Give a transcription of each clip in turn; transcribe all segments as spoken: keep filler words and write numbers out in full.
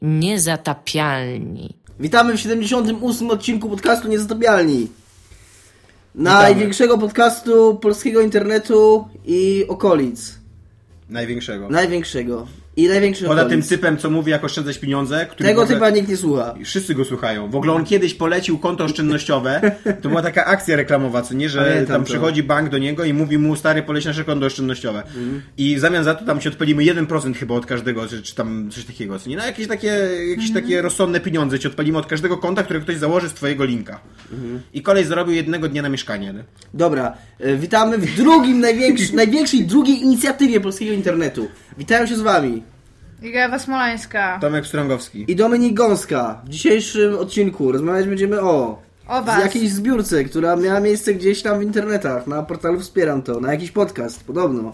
Niezatapialni. Witamy w siedemdziesiątym ósmym odcinku podcastu Niezatapialni. Największego podcastu polskiego internetu i okolic. Największego. Największego. I największego. Poza tym typem, co mówi, jak oszczędzać pieniądze. Tego typa nikt nie słucha. Wszyscy go słuchają. W ogóle on kiedyś polecił konto oszczędnościowe. To była taka akcja reklamowa, co nie, że Pamiętam tam to. przychodzi bank do niego i mówi mu, stary, poleć nasze konto oszczędnościowe. Mm. I w zamian za to tam ci odpalimy jeden procent chyba od każdego, czy, czy tam coś takiego. Co nie? No jakieś takie, jakieś mm. takie rozsądne pieniądze ci odpalimy od każdego konta, które ktoś założy z twojego linka. Mm. I kolej zarobił jednego dnia na mieszkanie. Nie? Dobra, witamy w drugim, największy, największej drugiej inicjatywie polskiego internetu. Witają się z wami Iga Ewa Smoleńska, Tomek Strągowski i Dominik Gąska. W dzisiejszym odcinku rozmawiać będziemy o O was. z jakiejś zbiórce, która miała miejsce gdzieś tam w internetach, na portalu Wspieram To, na jakiś podcast, podobno.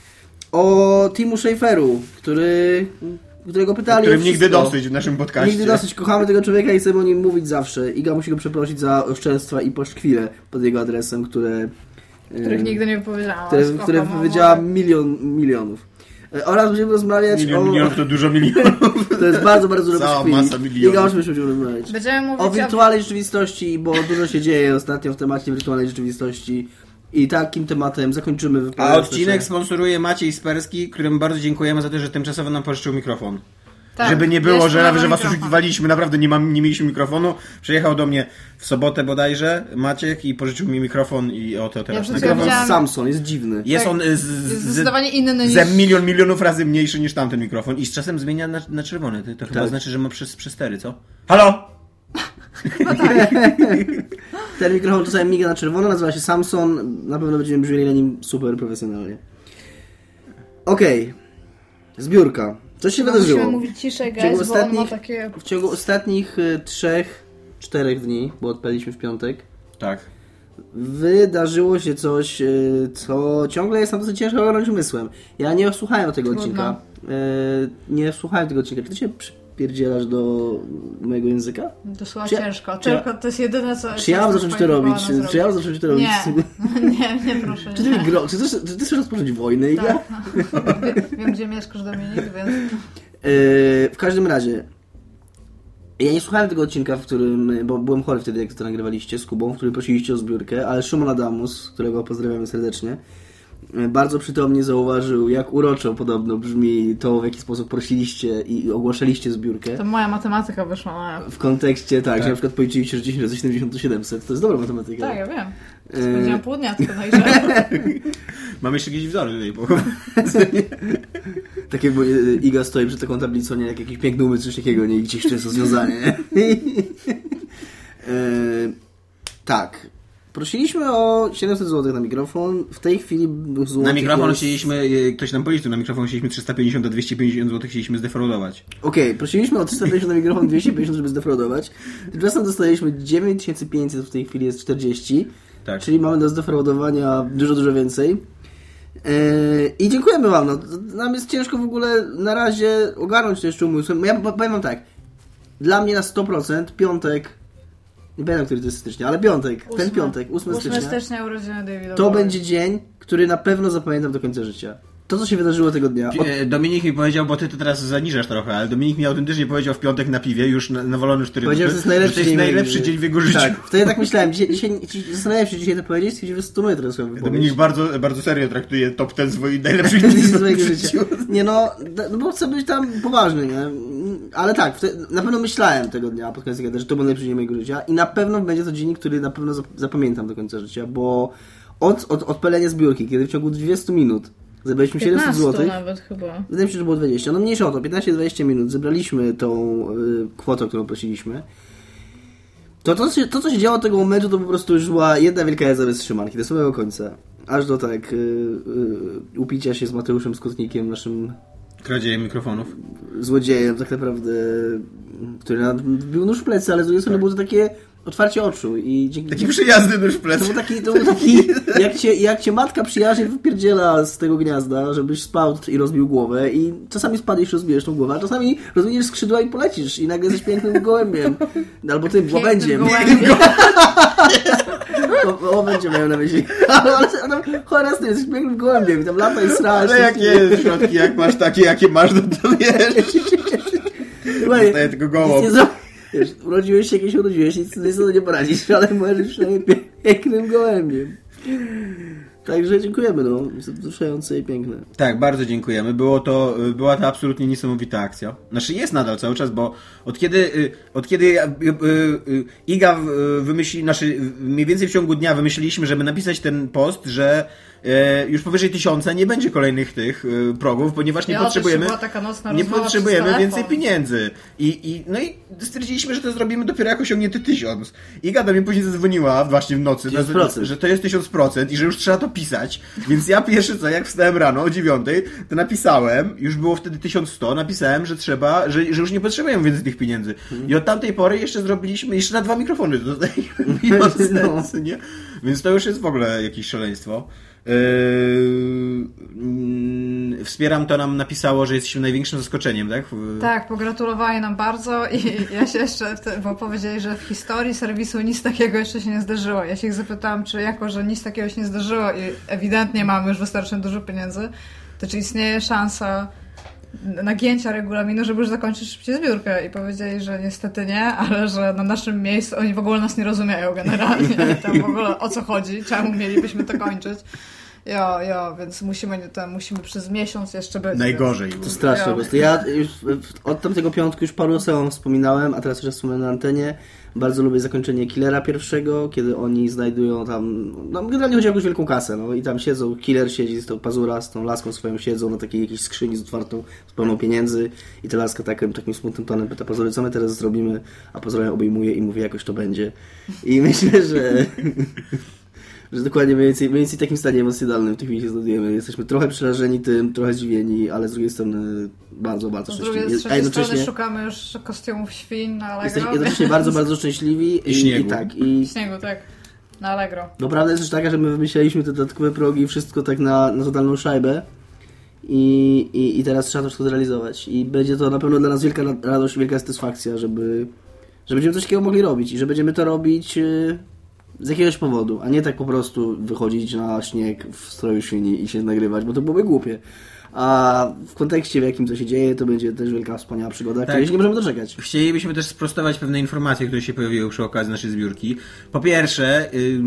O Timu Schaeferu, który, którego pytali o którym wszystko. nigdy dosyć w naszym podcaście. Nigdy dosyć, kochamy tego człowieka i chcemy o nim mówić zawsze. Iga musi go przeprosić za oszczerstwa i poszkwile pod jego adresem, które... Których nigdy nie powiedziałam. Które, które powiedziała milion milionów. Oraz będziemy rozmawiać Milion o... milionów to dużo milionów. To jest bardzo, bardzo dużo Cała poszkwili. masa milionów. Iga, o czym będziemy rozmawiać? Będziemy mówić o wirtualnej o... rzeczywistości, bo dużo się dzieje ostatnio w temacie wirtualnej rzeczywistości. I takim tematem zakończymy wypowiedź. A odcinek sponsoruje Maciej Sperski, któremu bardzo dziękujemy za to, że tymczasowo nam pożyczył mikrofon. Tak, żeby nie było, że, że was oszukiwaliśmy, naprawdę nie, mam, nie mieliśmy mikrofonu. Przyjechał do mnie w sobotę bodajże Maciek i pożyczył mi mikrofon i oto teraz. Ja mikrofon widziałam... Samsung, jest dziwny. Jest tak, on z, jest zdecydowanie inny niż... ze milion milionów razy mniejszy niż tamten mikrofon i z czasem zmienia na, na czerwony. To, to tak. chyba znaczy, że ma przez przestery, co? Halo! No tak. Ten mikrofon czasami miga na czerwono, nazywa się Samsung. Na pewno będziemy brzmieli na nim super profesjonalnie. Okej. Okay. Zbiórka. Coś się no, wydarzyło. Musimy mówić ciszej, guys, bo on ma takie... W ciągu ostatnich y, trzech, czterech dni, bo odpaliśmy w piątek. Tak. Wydarzyło się coś, y, co ciągle jest nam dosyć ciężko ogarnąć umysłem. Ja nie słuchałem tego odcinka. Y, nie słuchałem tego odcinka. Czy ty się przypierdzielasz do mojego języka? To słowa ciężko. Ciężko to jest jedyne, co... Czy ja mam zacząć to robić? Czy ja mam zacząć to robić? Nie, nie, nie proszę. Czy ty, nie. Gro... Czy ty, czy ty chcesz rozpocząć wojnę, Iga? Tak. Wiem, wiem, gdzie mieszkasz, Dominik, więc... Yy, w każdym razie ja nie słuchałem tego odcinka, w którym, bo byłem chory wtedy, jak to nagrywaliście z Kubą, w którym prosiliście o zbiórkę, ale Szymon Adamus, którego pozdrawiamy serdecznie, bardzo przytomnie zauważył, jak uroczo podobno brzmi to, w jaki sposób prosiliście i ogłaszaliście zbiórkę. To moja matematyka wyszła na... W kontekście, tak, tak, że na przykład policzyliście, że dziesięć razy siedemdziesiąt to siedemset. To jest dobra matematyka. Tak, ja wiem. Spędziłam pół dnia tylko najrzej. Mam jeszcze jakieś wzory tutaj, bo... Tak jakby Iga stoi przed taką tablicą, nie, jak jakiś piękny umysł, coś takiego, nie, gdzieś to jest rozwiązanie. e, tak. Prosiliśmy o siedemset złotych na mikrofon. W tej chwili złotych na mikrofon jest... chcieliśmy, ktoś nam policzył, na mikrofon chcieliśmy trzysta pięćdziesiąt do dwieście pięćdziesiąt złotych chcieliśmy zdefraudować. Okej, okay, prosiliśmy o trzysta pięćdziesiąt na mikrofon, dwieście pięćdziesiąt, żeby zdefraudować. Tymczasem dostaliśmy dziewięć tysięcy pięćset, w tej chwili jest czterdzieści. Tak. Czyli mamy do zdefraudowania dużo, dużo więcej. Yy, I dziękujemy wam. No, nam jest ciężko w ogóle na razie ogarnąć to jeszcze umysłem. Ja powiem wam tak. Dla mnie na sto procent piątek, nie pamiętam, który to jest stycznia, ale piątek, ósmy, ten piątek, ósmego stycznia, stycznia urodziny Davida to Bowie. będzie dzień, który na pewno zapamiętam do końca życia. To, co się wydarzyło tego dnia. Od... Dominik mi powiedział, bo ty to teraz zaniżasz trochę, ale Dominik mi autentycznie powiedział w piątek na piwie, już nawalony cztery Powiedział, że to jest najlepszy, to jest dzień, najlepszy dzień w jego życiu. Tak, wtedy tak myślałem. Dzisiaj, dzisiaj, zastanawiałem się dzisiaj to powiedzieć, stwierdziłem, że stunuję teraz swoją wypowiedź. Dominik bardzo, bardzo serio traktuje top ten swoich najlepszych dni w swojego życia. Nie no, no bo chcę być tam poważny, nie? Ale tak, wtedy, na pewno myślałem tego dnia pod koniec tego, że to był najlepszy dzień mojego życia i na pewno będzie to dzień, który na pewno zapamiętam do końca życia, bo od, od odpalenia zbiórki, kiedy w ciągu dwudziestu minut zebraliśmy siedemset złotych. Nawet chyba. Wydaje mi się, że było dwadzieścia. No mniejsza o to, piętnaście do dwudziestu minut. Zebraliśmy tą y, kwotę, którą prosiliśmy. To, to, to, to, co się działo od tego momentu, to po prostu już była jedna wielka jazda bez trzymanki do samego końca. Aż do tak y, y, upicia się z Mateuszem Skutnikiem, naszym kradziejem mikrofonów. Złodziejem tak naprawdę, który był nóż w plecy, ale z drugiej strony tak. Było to takie otwarcie oczu i dzięki... Taki przyjazny nóż w plecy. To był taki, to był taki jak, cię, jak cię matka przyjaźnie wypierdziela z tego gniazda, żebyś spał i rozbił głowę i czasami spadniesz i rozbijesz tą głowę, a czasami rozwiniesz skrzydła i polecisz i nagle jesteś pięknym gołębiem. Albo tym łabędziem. O, o będzie miał na myśli. Ale, ale, ale chora z tym, jesteś pięknym gołębiem i tam lata i srasz. Ale jakie środki, jak masz takie, jakie masz, no to wiesz. Zostaje tylko gołąb. Wiesz, urodziłeś się, jakieś urodziłeś, nic sobie nie poradzisz, ale możesz być przynajmniej pięknym gołębiem. Także dziękujemy, no. Jest to wzruszające i piękne. Tak, bardzo dziękujemy. Było to, była to absolutnie niesamowita akcja. Znaczy jest nadal cały czas, bo od kiedy, od kiedy Iga wymyśli, znaczy mniej więcej w ciągu dnia wymyśliliśmy, żeby napisać ten post, że już powyżej tysiąca nie będzie kolejnych tych progów, ponieważ nie ja, potrzebujemy nie potrzebujemy więcej pieniędzy. I, i, no i stwierdziliśmy, że to zrobimy dopiero jak osiągnięty tysiąc. Iga do mnie później zadzwoniła właśnie w nocy, na, że to jest tysiąc procent i że już trzeba to pisać. Więc ja pierwsze co, jak wstałem rano o dziewiątej, to napisałem, już było wtedy tysiąc sto, napisałem, że trzeba, że, że już nie potrzebujemy więcej tych pieniędzy. I od tamtej pory jeszcze zrobiliśmy, jeszcze na dwa mikrofony dostaliśmy mimo sensu, nie? Więc to już jest w ogóle jakieś szaleństwo. Yy, wspieram to nam napisało, że jesteśmy największym zaskoczeniem, tak? Tak, pogratulowali nam bardzo i ja się jeszcze, bo powiedzieli, że w historii serwisu nic takiego jeszcze się nie zdarzyło. Ja się ich zapytałam, czy jako, że nic takiego się nie zdarzyło i ewidentnie mamy już wystarczająco dużo pieniędzy, to czy istnieje szansa nagięcia regulaminu, żeby już zakończyć szybciej zbiórkę i powiedzieli, że niestety nie, ale że na naszym miejscu oni w ogóle nas nie rozumieją generalnie. Tam w ogóle o co chodzi, czemu mielibyśmy to kończyć. Jo, jo, więc musimy, to, musimy przez miesiąc jeszcze być. Najgorzej. To strasznie po prostu. Ja już od tamtego piątku już paru osobom wspominałem, a teraz już wspomnę na antenie. Bardzo lubię zakończenie Killera pierwszego, kiedy oni znajdują tam, no generalnie chodzi o jakąś wielką kasę, no i tam siedzą, Killer siedzi z tą Pazura, z tą laską swoją siedzą na takiej jakiejś skrzyni z otwartą, z pełną pieniędzy i ta laska takim, takim smutnym tonem pyta Pazury, co my teraz zrobimy, a Pazura ją obejmuje i mówi, jakoś to będzie. I myślę, że... że dokładnie mniej więcej, mniej więcej takim stanie emocjonalnym w tej chwili się znajdujemy. Jesteśmy trochę przerażeni tym, trochę zdziwieni, ale z drugiej strony bardzo, bardzo szczęśliwi. Z drugiej strony szukamy już kostiumów świń na Allegro. Jesteśmy jednocześnie bardzo, bardzo szczęśliwi. I, i śniegu. I tak, i... śniegu, tak. Na Allegro. No prawda jest też taka, że my wymyślaliśmy te dodatkowe progi i wszystko tak na, na totalną szajbę. I, i, I teraz trzeba to wszystko zrealizować. I będzie to na pewno dla nas wielka radość, wielka satysfakcja, żeby, że będziemy coś takiego mogli robić. I że będziemy to robić... Yy... z jakiegoś powodu, a nie tak po prostu wychodzić na śnieg w stroju świni i się nagrywać, bo to byłoby głupie. A w kontekście, w jakim to się dzieje, to będzie też wielka, wspaniała przygoda, tak. Której się nie możemy doczekać. Chcielibyśmy też sprostować pewne informacje, które się pojawiły przy okazji naszej zbiórki. Po pierwsze, yy,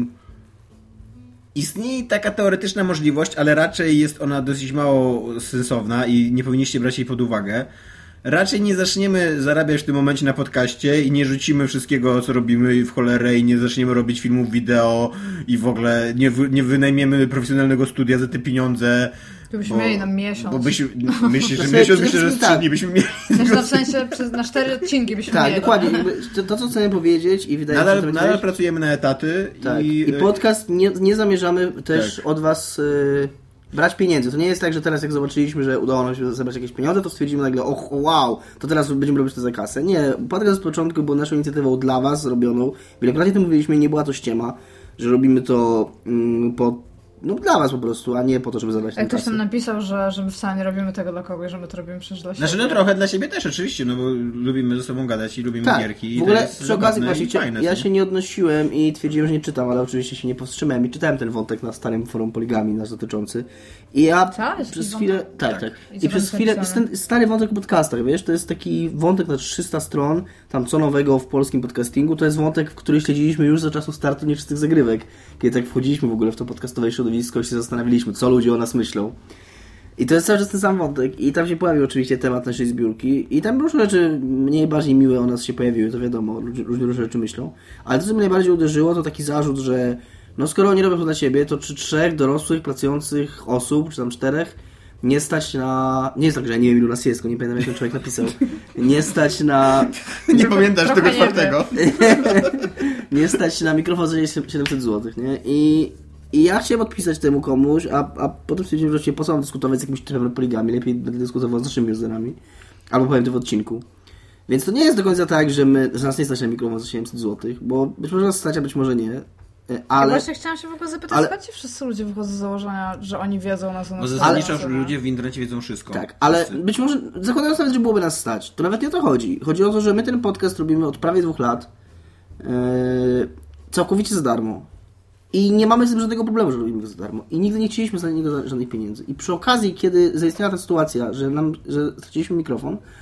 istnieje taka teoretyczna możliwość, ale raczej jest ona dosyć mało sensowna i nie powinniście brać jej pod uwagę. Raczej nie zaczniemy zarabiać w tym momencie na podcaście i nie rzucimy wszystkiego, co robimy w cholerę i nie zaczniemy robić filmów wideo i w ogóle nie, wy, nie wynajmiemy profesjonalnego studia za te pieniądze. To byśmy bo, mieli na miesiąc. Bo byś, myślisz, że miesiąc, myślę, że z trzy dni byśmy mieli. Myślę, w sensie przez, na cztery odcinki byśmy tak, mieli. Tak, dokładnie. To, to, co chcemy powiedzieć i wydaje nadal, mi się, że... Nadal pracujemy na etaty. Tak. I, I podcast nie, nie zamierzamy też tak. od was... Yy... brać pieniędzy. To nie jest tak, że teraz jak zobaczyliśmy, że udało nam się zebrać jakieś pieniądze, to stwierdzimy nagle, och, wow, to teraz będziemy robić to za kasę. Nie, podcast z początku był naszą inicjatywą dla was zrobioną. Wielokrotnie to mówiliśmy, nie była to ściema, że robimy to mm, po, no dla was po prostu, a nie po to, żeby zabrać tę kasę. Ktoś tam napisał, że, że my wcale nie robimy tego dla kogoś, że my to robimy przecież dla siebie. Znaczy no trochę dla siebie też oczywiście, no bo lubimy ze sobą gadać i lubimy tak, gierki. W ogóle przy okazji właśnie fajne, ja się nie odnosiłem i twierdziłem, że nie czytam, ale oczywiście się nie powstrzymałem i czytałem ten wątek na starym forum Poligami nasz dotyczący. I ja Cześć, przez chwilę... Tak, tak. I, I przez chwilę... Jest ten stary wątek o podcastach, wiesz? To jest taki wątek na trzysta stron, tam co nowego w polskim podcastingu. To jest wątek, w który śledziliśmy już za czasów startu nieczystych zagrywek. Kiedy tak wchodziliśmy w ogóle w to podcastowe środowisko i się zastanawialiśmy, co ludzie o nas myślą. I to jest cały czas ten sam wątek. I tam się pojawił oczywiście temat naszej zbiórki. I tam różne rzeczy mniej, bardziej miłe o nas się pojawiły, to wiadomo, ludzie różne, różne rzeczy myślą. Ale to, co mnie najbardziej uderzyło, to taki zarzut, że no skoro oni robią to dla siebie, to czy trzech dorosłych, pracujących osób, czy tam czterech, nie stać na... Nie jest tak, że ja nie wiem, ilu nas jest, nie pamiętam, jak ten człowiek napisał. Nie stać na... Nie pamiętasz tego czwartego? Nie stać na mikrofon za siedemset złotych, nie? I... I ja chciałem odpisać temu komuś, a, a potem stwierdziłem, że po co mam dyskutować z jakimiś trzema poligami, lepiej będę dyskutował z naszymi userami. Albo powiem to w odcinku. Więc to nie jest do końca tak, że, my, że nas nie stać na mikrofon za siedemset złotych, bo być może nas stać, a być może nie. Ale... Ja właśnie chciałam się w ogóle zapytać, ale... skąd ci wszyscy ludzie wychodzą z założenia, że oni wiedzą nas o nas. Bo zasadniczo ale... ludzie w internecie wiedzą wszystko. Tak, ale wszyscy. Być może, zakładając nawet, że byłoby nas stać, to nawet nie o to chodzi. Chodzi o to, że my ten podcast robimy od prawie dwóch lat yy, całkowicie za darmo. I nie mamy z tym żadnego problemu, że robimy go za darmo. I nigdy nie chcieliśmy za niego żadnych pieniędzy. I przy okazji, kiedy zaistniała ta sytuacja, że nam, że straciliśmy mikrofon,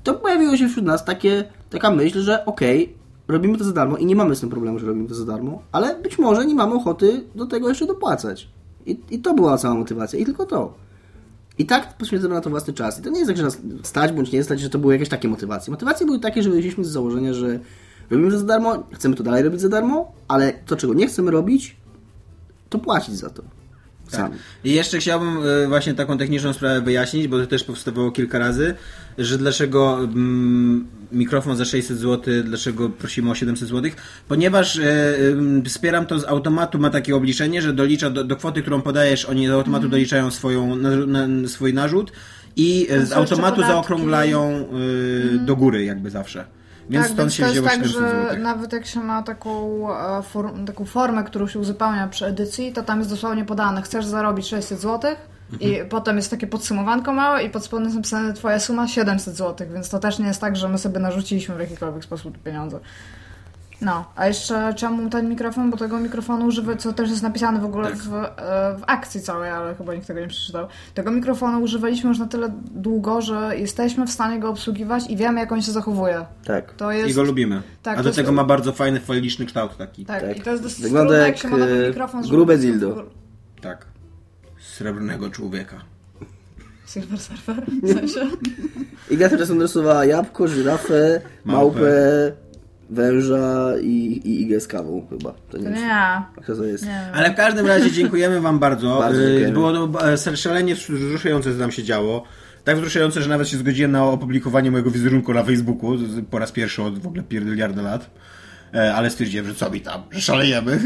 to pojawiło się wśród nas takie, taka myśl, że okej, okay, robimy to za darmo i nie mamy z tym problemu, że robimy to za darmo, ale być może nie mamy ochoty do tego jeszcze dopłacać. I, i to była cała motywacja. I tylko to. I tak poświęcamy na to własny czas. I to nie jest tak, że nas stać bądź nie stać, że to były jakieś takie motywacje. Motywacje były takie, że wyszliśmy z założenia, że robimy to za darmo, chcemy to dalej robić za darmo, ale to, czego nie chcemy robić, to płacić za to. Tak. I jeszcze chciałbym właśnie taką techniczną sprawę wyjaśnić, bo to też powstawało kilka razy, że dlaczego mm, mikrofon za sześćset złotych, dlaczego prosimy o siedemset złotych, ponieważ e, e, wspieram to z automatu, ma takie obliczenie, że dolicza do, do kwoty, którą podajesz, oni z automatu mm. doliczają swoją, na, na, swój narzut i z automatu zaokrąglają e, mm. do góry jakby zawsze. Więc tak, stąd więc się to wzięło jest tak, siedemset że złotych. nawet jak się ma taką, form, taką formę, którą się uzupełnia przy edycji, to tam jest dosłownie podane, chcesz zarobić sześćset złotych mhm. i potem jest takie podsumowanko małe i pod spodem jest napisane twoja suma siedemset złotych, więc to też nie jest tak, że my sobie narzuciliśmy w jakikolwiek sposób pieniądze. No, a jeszcze czemu ten mikrofon, bo tego mikrofonu używać, co też jest napisane w ogóle tak. w, w akcji całej, ale chyba nikt tego nie przeczytał. Tego mikrofonu używaliśmy już na tyle długo, że jesteśmy w stanie go obsługiwać i wiemy, jak on się zachowuje. Tak. To jest... I go lubimy. Tak, a do tego jest... ma bardzo fajny, faliczny kształt taki. Tak, tak. I to jest dosyć wygląda trudne, jak, jak się ma nowy mikrofon. grube dildo. Tak. Srebrnego człowieka. Silver Surfer, w sensie. Iga teraz narysowała jabłko, żyrafę, małpę, małpę węża i, i igę z kawą chyba. To nie, to nie jest. ja. To jest. Nie. Ale w każdym razie dziękujemy wam bardzo. bardzo dziękujemy. Było to szalenie wzruszające, co tam się działo. Tak wzruszające, że nawet się zgodziłem na opublikowanie mojego wizerunku na Facebooku po raz pierwszy od w ogóle pierdyliarda lat. Ale stwierdziłem, że co mi tam, że szalejemy.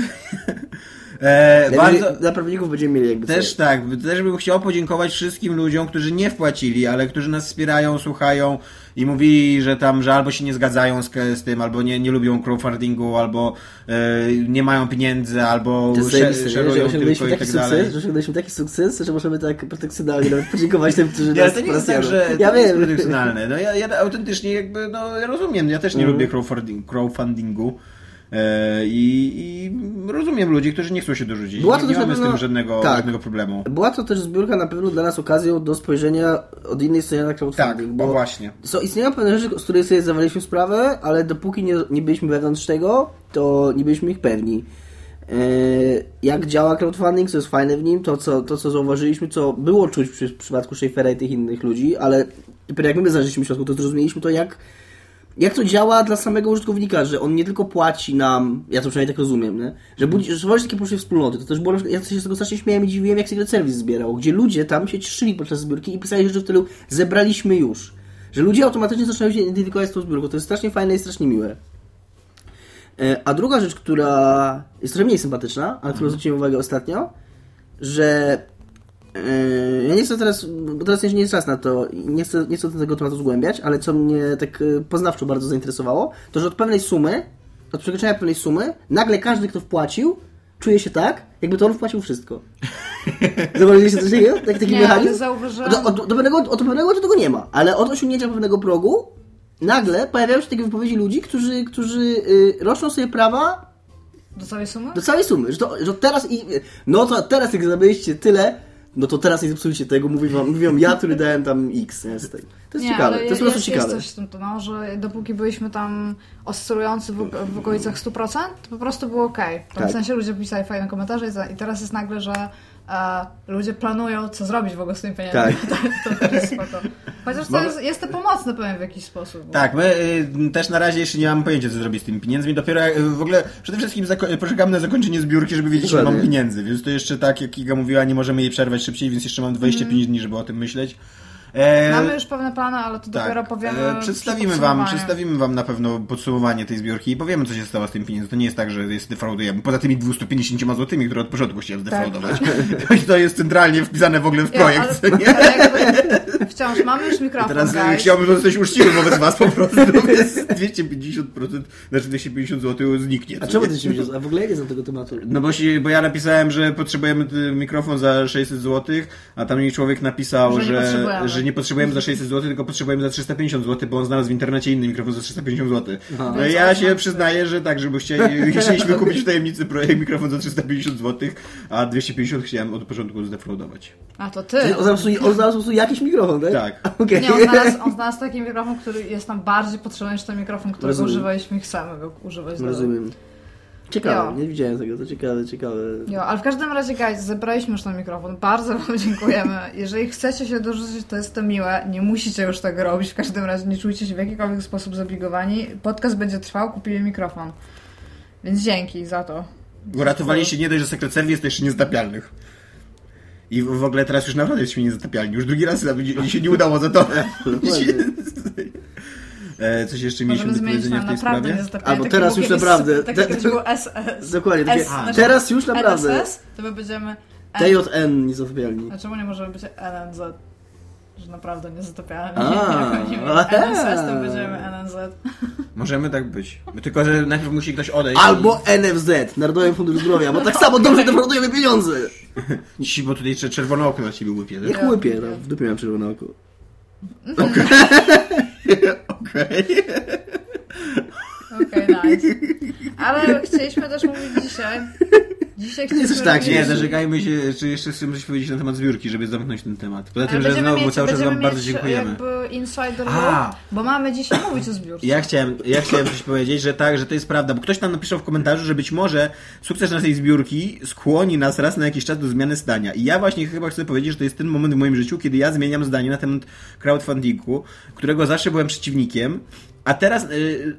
E, bardzo... Dla prawników będziemy mieli jakby też coś. tak, też bym chciał podziękować wszystkim ludziom, którzy nie wpłacili, ale którzy nas wspierają, słuchają i mówili, że tam, że albo się nie zgadzają z, z tym, albo nie, nie lubią crowdfundingu, albo e, nie mają pieniędzy, albo szerują tylko i tak dalej. Że osiągnęliśmy taki sukces, że możemy tak protekcjonalnie nawet podziękować tym, którzy ja, nas to nie jest tak, że ja to wiem. jest protekcjonalne. No ja, ja autentycznie jakby, no ja rozumiem, ja też nie mm. lubię crowdfunding, crowdfundingu. I, I rozumiem ludzi, którzy nie chcą się dorzucić. Była to nie nie mamy pewno, z tym żadnego, tak, żadnego problemu. Była to też zbiórka na pewno dla nas okazją do spojrzenia od innej strony na crowdfunding. Tak, bo właśnie. So, istnieją pewne rzeczy, z których sobie zdawaliśmy sprawę, ale dopóki nie, nie byliśmy wewnątrz tego, to nie byliśmy ich pewni. Jak działa crowdfunding, co jest fajne w nim, to co, to co zauważyliśmy, co było czuć przy, w przypadku Schaeffera i tych innych ludzi, ale dopiero jak my znaleźliśmy w środku, to zrozumieliśmy to, jak Jak to działa dla samego użytkownika, że on nie tylko płaci nam, ja to przynajmniej tak rozumiem, nie? że budzi, że tworzy takie poczucie wspólnoty. To też było, ja się z tego strasznie śmiałem i dziwiłem, jak Secret Service zbierał, gdzie ludzie tam się cieszyli podczas zbiórki i pisali rzeczy w stylu zebraliśmy już. Że ludzie automatycznie zaczynają się identyfikować z tą zbiórką. To jest strasznie fajne i strasznie miłe. A druga rzecz, która jest trochę mniej sympatyczna, ale którą zwróciłem uwagę ostatnio, że Yy, ja nie chcę teraz, bo teraz nie jest czas na to, nie chcę, nie chcę do tego tematu zgłębiać, ale co mnie tak poznawczo bardzo zainteresowało, to że od pewnej sumy, od przekroczenia pewnej sumy, nagle każdy, kto wpłacił, czuje się tak, jakby to on wpłacił wszystko. Zauważyliście coś takiego? Tak, taki nie, mechanizm? Zauważyłem... Od, od, do pewnego, od pewnego to tego nie ma, ale od osiągnięcia pewnego progu nagle pojawiają się takie wypowiedzi ludzi, którzy, którzy yy, roszczą sobie prawa do całej sumy? Do całej sumy, że, to, że teraz i no to teraz jak zabyliście tyle, no to teraz nie zepsujcie tego, mówię wam, mówię wam ja, który dałem tam X. Nie? To jest nie, ciekawe, to jest po prostu jest, ciekawe. Jest coś w tym, to no, że dopóki byliśmy tam oscylujący w, w okolicach sto procent, to po prostu było okej. Okay. Tak. W sensie ludzie pisali fajne komentarze i teraz jest nagle, że e, ludzie planują, co zrobić w ogóle z tymi pieniędzmi. Tak. to, to też jest spoko. Chociaż to jest, jest to pomocne pewnie w jakiś sposób. Bo... Tak, my y, też na razie jeszcze nie mamy pojęcia, co zrobić z tymi pieniędzmi. Dopiero jak, w ogóle przede wszystkim zako- poczekamy na zakończenie zbiórki, żeby wiedzieć, że mam pieniędzy. Więc to jeszcze tak, jak Iga mówiła, nie możemy jej przerwać szybciej, więc jeszcze mam dwadzieścia pięć mm. dni, żeby o tym myśleć. E, Mamy już pewne plany, ale to tak, dopiero powiemy. E, przedstawimy wam, przedstawimy wam na pewno podsumowanie tej zbiórki i powiemy, co się stało z tym pieniędzmi. To nie jest tak, że jest defraudujemy. Poza tymi dwieście pięćdziesiąt złotymi, które od początku chciałem zdefraudować. Tak. To jest centralnie wpisane w ogóle w projekt. Ja, ale, nie? Ale jakby, wciąż mamy już mikrofon. Teraz guys. Chciałbym zostać uczciwy wobec was po prostu. Więc dwieście pięćdziesiąt procent, znaczy dwieście pięćdziesiąt złotych zniknie. A czemu dwieście pięćdziesiąt? A w ogóle nie znam tego tematu. No bo, się, bo ja napisałem, że potrzebujemy mikrofon za sześćset złotych, a tam mi człowiek napisał, że, że, że że nie potrzebujemy za sześćset złotych, tylko potrzebujemy za trzysta pięćdziesiąt złotych, bo on znalazł w internecie inny mikrofon za trzysta pięćdziesiąt złotych. No i ja się przyznaję, że tak, żeby chcieli, chcieliśmy kupić w tajemnicy projekt mikrofon za trzysta pięćdziesiąt złotych, a dwieście pięćdziesiąt chciałem od początku zdefraudować. A to ty. On znalazł, on znalazł po prostu jakiś mikrofon, tak? Tak. Okay. Nie, on znalazł, on znalazł taki mikrofon, który jest nam bardziej potrzebny niż ten mikrofon, którego Rozumiem. używaliśmy i chcemy go używać. Rozumiem. Ciekawe, Jo. nie widziałem tego, to ciekawe, ciekawe. Jo, ale w każdym razie, guys, zebraliśmy już ten mikrofon. Bardzo wam dziękujemy. Jeżeli chcecie się dorzucić, to jest to miłe. Nie musicie już tego robić. W każdym razie nie czujcie się w jakikolwiek sposób zabigowani. Podcast będzie trwał, kupiłem mikrofon. Więc dzięki za to. Uratowaliście nie dość, że Secret Service, to jeszcze niezatapialnych. I w ogóle teraz już naprawdę jesteśmy niezatapialni. Już drugi raz mi się nie udało za to. E, coś jeszcze mieliśmy do powiedzenia w tej sprawie? Albo teraz już naprawdę. Tak jak było S S. Dokładnie. Takie, S, teraz już naprawdę. N S S, to my będziemy... T J N niezatapialni. A czemu nie możemy być N N Z? Że naprawdę niezatapialni. A, N S S to będziemy N N Z. Możemy tak być. Tylko, że najpierw musi ktoś odejść. Albo N F Z, Narodowy Fundusz Zdrowia, bo tak samo dobrze defraudujemy pieniądze. Ci, bo tutaj jeszcze czerwone oko na ciebie łypie. Jak łypie, no, w dupie mam czerwone oko. Okej. Okej. Okej, nice. Ale chcieliśmy też mówić dzisiaj. Dzisiaj chcieliśmy tak, mówić... Nie, zażegajmy się, czy jeszcze chcemy coś powiedzieć na temat zbiórki, żeby zamknąć ten temat. Poza tym, Ale że znowu mieć, cały czas wam bardzo mieć dziękujemy. jakby insider A. look, bo mamy dzisiaj mówić o zbiórce. Ja chciałem, ja chciałem coś powiedzieć, że tak, że to jest prawda, bo ktoś tam napisał w komentarzu, że być może sukces naszej zbiórki skłoni nas raz na jakiś czas do zmiany zdania. I ja właśnie chyba chcę powiedzieć, że to jest ten moment w moim życiu, kiedy ja zmieniam zdanie na temat crowdfundingu, którego zawsze byłem przeciwnikiem, a teraz... Yy,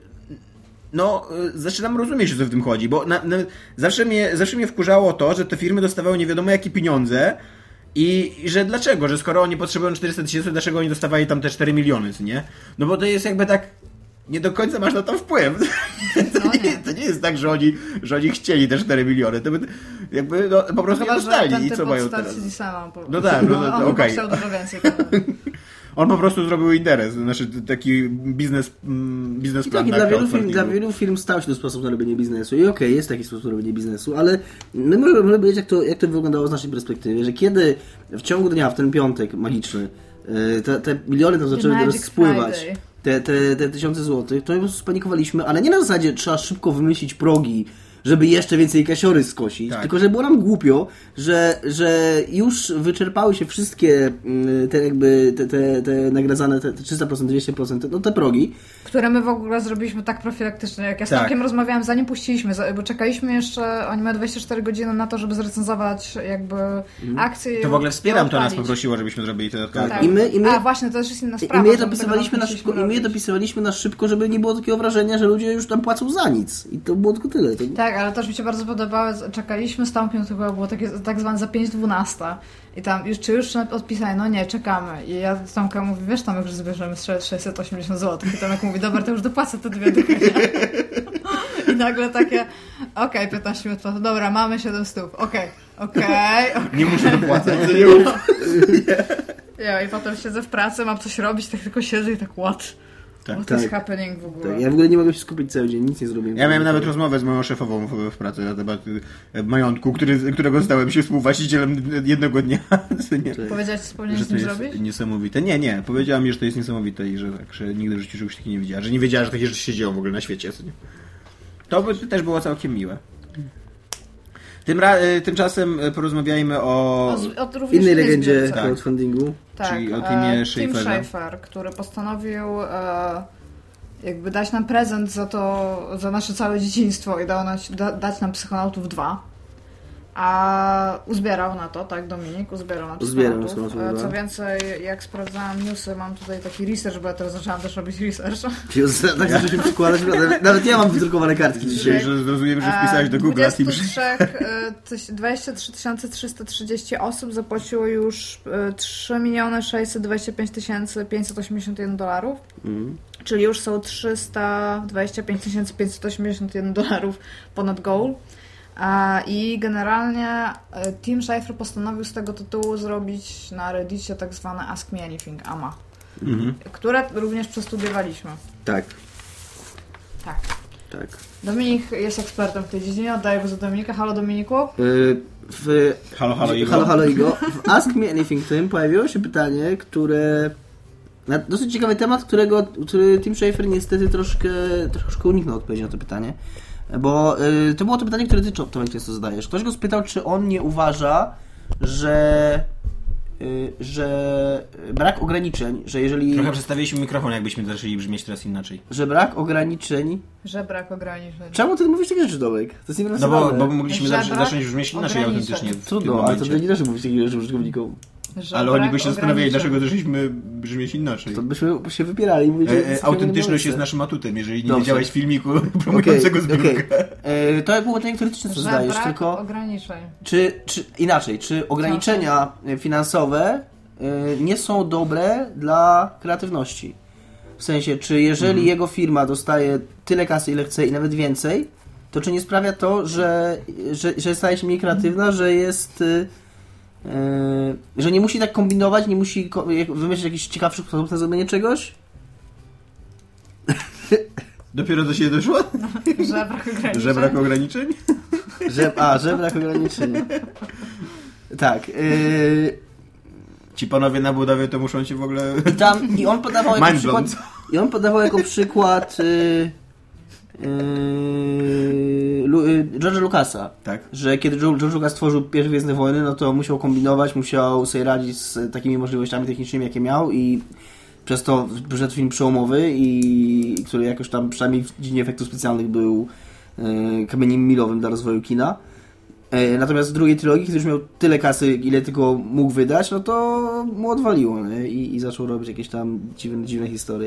no, zaczynam rozumieć, o co w tym chodzi, bo na, na, zawsze, mnie, zawsze mnie wkurzało to, że te firmy dostawały nie wiadomo jakie pieniądze i, i że dlaczego, że skoro oni potrzebują czterysta tysięcy, dlaczego oni dostawali tam te cztery miliony, nie? No bo to jest jakby tak, nie do końca masz na to wpływ. To, no nie. Nie, to nie jest tak, że oni, że oni chcieli te cztery miliony, to by jakby no, po prostu Chyba, nie dostali i co mają teraz. Sama, po... No tak, no, no, no, on okej. chciał dużo więcej. On po prostu zrobił interes, znaczy taki biznes, biznesplan. I tak, na i dla, wielu firm, dla wielu firm stał się to sposób na robienie biznesu. I okej, okay, jest taki sposób na robienie biznesu, ale my możemy powiedzieć, jak to, jak to wyglądało z naszej perspektywy, że kiedy w ciągu dnia, w ten piątek magiczny, te, te miliony tam zaczęły rozpływać, te, te, te tysiące złotych, to po prostu spanikowaliśmy, ale nie na zasadzie trzeba szybko wymyślić progi, żeby jeszcze więcej kasiory skosić, tak. Tylko że było nam głupio, że, że już wyczerpały się wszystkie te jakby te, te, te nagradzane te trzysta procent, dwieście procent, no te progi. Które my w ogóle zrobiliśmy tak profilaktycznie, jak ja z tak. Tomkiem rozmawiałam, zanim puściliśmy, bo czekaliśmy jeszcze, oni mają dwadzieścia cztery godziny na to, żeby zrecenzować jakby mhm. akcję. To w ogóle wspieram, to nas poprosiło, żebyśmy zrobili to dodatkowe. Tak. I my, i my, A właśnie, to też jest inna sprawa. I my je dopisywaliśmy na szybko, i my je dopisywaliśmy na szybko, żeby nie było takiego wrażenia, że ludzie już tam płacą za nic. I to było tylko tyle. To... Tak, ale też mi się bardzo podobało, czekaliśmy z Tomkiem, to chyba było takie, tak zwane za pięć dwanaście i tam, już, czy już odpisali, no nie, czekamy. I ja z Tomka mówię, wiesz Tomek, że zbierzemy sześćset osiemdziesiąt złotych. I Tomek mówi, dobra, to już dopłacę te dwie dychy. I nagle takie, okej, okay, piętnaście minut, dobra, mamy siedem stów, okej, okay, okej. Okay, okay. Nie muszę dopłacać. Ja, i potem siedzę w pracy, mam coś robić, tak tylko siedzę i tak, what? Tak, What tak. is happening w ogóle? Tak, ja w ogóle nie mogę się skupić cały dzień, nic nie zrobiłem. Ja miałem nawet rozmowę z moją szefową w pracy na temat majątku, który, którego stałem się współwłaścicielem jednego dnia. Nie. Powiedziałeś, co powinieneś z tym zrobić? Niesamowite. Nie, nie. Powiedziała mi, że to jest niesamowite i że, tak, że nigdy w życiu czegoś takiego nie widziała. Że nie wiedziała, że takie rzeczy się dzieją w ogóle na świecie. Co nie? To by też było całkiem miłe. Tym ra- tymczasem porozmawiajmy o, o, o innej legendzie crowdfundingu. Tak, czyli o Timie Tim Schafer, który postanowił e, jakby dać nam prezent za to, za nasze całe dzieciństwo i dał nas, da, dać nam Psychonautów dwa. A uzbierał na to, tak, Dominik? Uzbierał na Psychonautów. E, co więcej, jak sprawdzałam newsy, mam tutaj taki research, bo ja teraz zaczęłam też robić research. Tak zaczął się przykładać, nawet ja mam wydrukowane kartki dzisiaj. Że zrozumiemy, że wpisałeś do Google. dwadzieścia trzy tysiące trzysta trzydzieści osób zapłaciło już trzy miliony sześćset dwadzieścia pięć tysięcy pięćset osiemdziesiąt jeden dolarów. Mm. Czyli już są trzysta dwadzieścia pięć tysięcy pięćset osiemdziesiąt jeden dolarów ponad goal. I generalnie Tim Schafer postanowił z tego tytułu zrobić na Reddicie tak zwane Ask Me Anything, A M A, mhm. które również przestudiowaliśmy. Tak. Tak. Tak. Dominik jest ekspertem w tej dziedzinie, oddaję go za Dominika. Halo Dominiku. Yy, w Halo, halo, Igo. Halo, halo, Igo. W Ask Me Anything tym pojawiło się pytanie, które... Dosyć ciekawy temat, którego, który Tim Schafer niestety troszkę, troszkę uniknął odpowiedzi na to pytanie. Bo y, to było to pytanie, które ty, Tomek, często zadajesz. Ktoś go spytał, czy on nie uważa, że... że brak ograniczeń, że jeżeli... Trochę przedstawiliśmy mikrofon, jakbyśmy zaczęli brzmieć teraz inaczej. Że brak ograniczeń... Że brak ograniczeń. Czemu ty mówisz takie rzeczy, Domek? To jest nieprofesjonalne. No bo, bo mogliśmy zacząć, zacząć brzmieć inaczej autentycznie. Trudno, ale to nie da się mówić takich rzeczy użytkownikom. Że ale oni by się zastanawiali, dlaczego zaczęliśmy brzmieć inaczej. To byśmy się wypierali i mówili, e, e, autentyczność jest naszym atutem, jeżeli nie Dobrze. widziałeś filmiku promującego okay, zbiórkę. Okay. E, to było pytanie, które ty często zadajesz, tylko... ograniczeń. Czy, czy, inaczej, czy ograniczenia finansowe nie są dobre dla kreatywności? W sensie, czy jeżeli mhm. jego firma dostaje tyle kasy, ile chce i nawet więcej, to czy nie sprawia to, że, że, że staje się mniej kreatywna, że jest... Yy, że nie musi tak kombinować, nie musi ko- wymyślić jakiś ciekawszy sposób na zrobienie czegoś? Dopiero do siebie doszło? Że brak ograniczeń. Że brak ograniczeń? Że, a, że brak ograniczeń. Tak. Yy... Ci panowie na budowie to muszą się w ogóle... I, tam, i on podawał jako przykład... I on podawał jako przykład... Yy... George'a Lucasa, tak. Że kiedy George Lucas stworzył pierwsze Gwiezdne Wojny, no to musiał kombinować, musiał sobie radzić z takimi możliwościami technicznymi, jakie miał i przez to wyszedł film przełomowy i który jakoś tam przynajmniej w dziedzinie efektów specjalnych był e, kamieniem milowym dla rozwoju kina. E, natomiast w drugiej trylogii, kiedy już miał tyle kasy, ile tylko mógł wydać, no to mu odwaliło, nie? I, i zaczął robić jakieś tam dziwne, dziwne historie.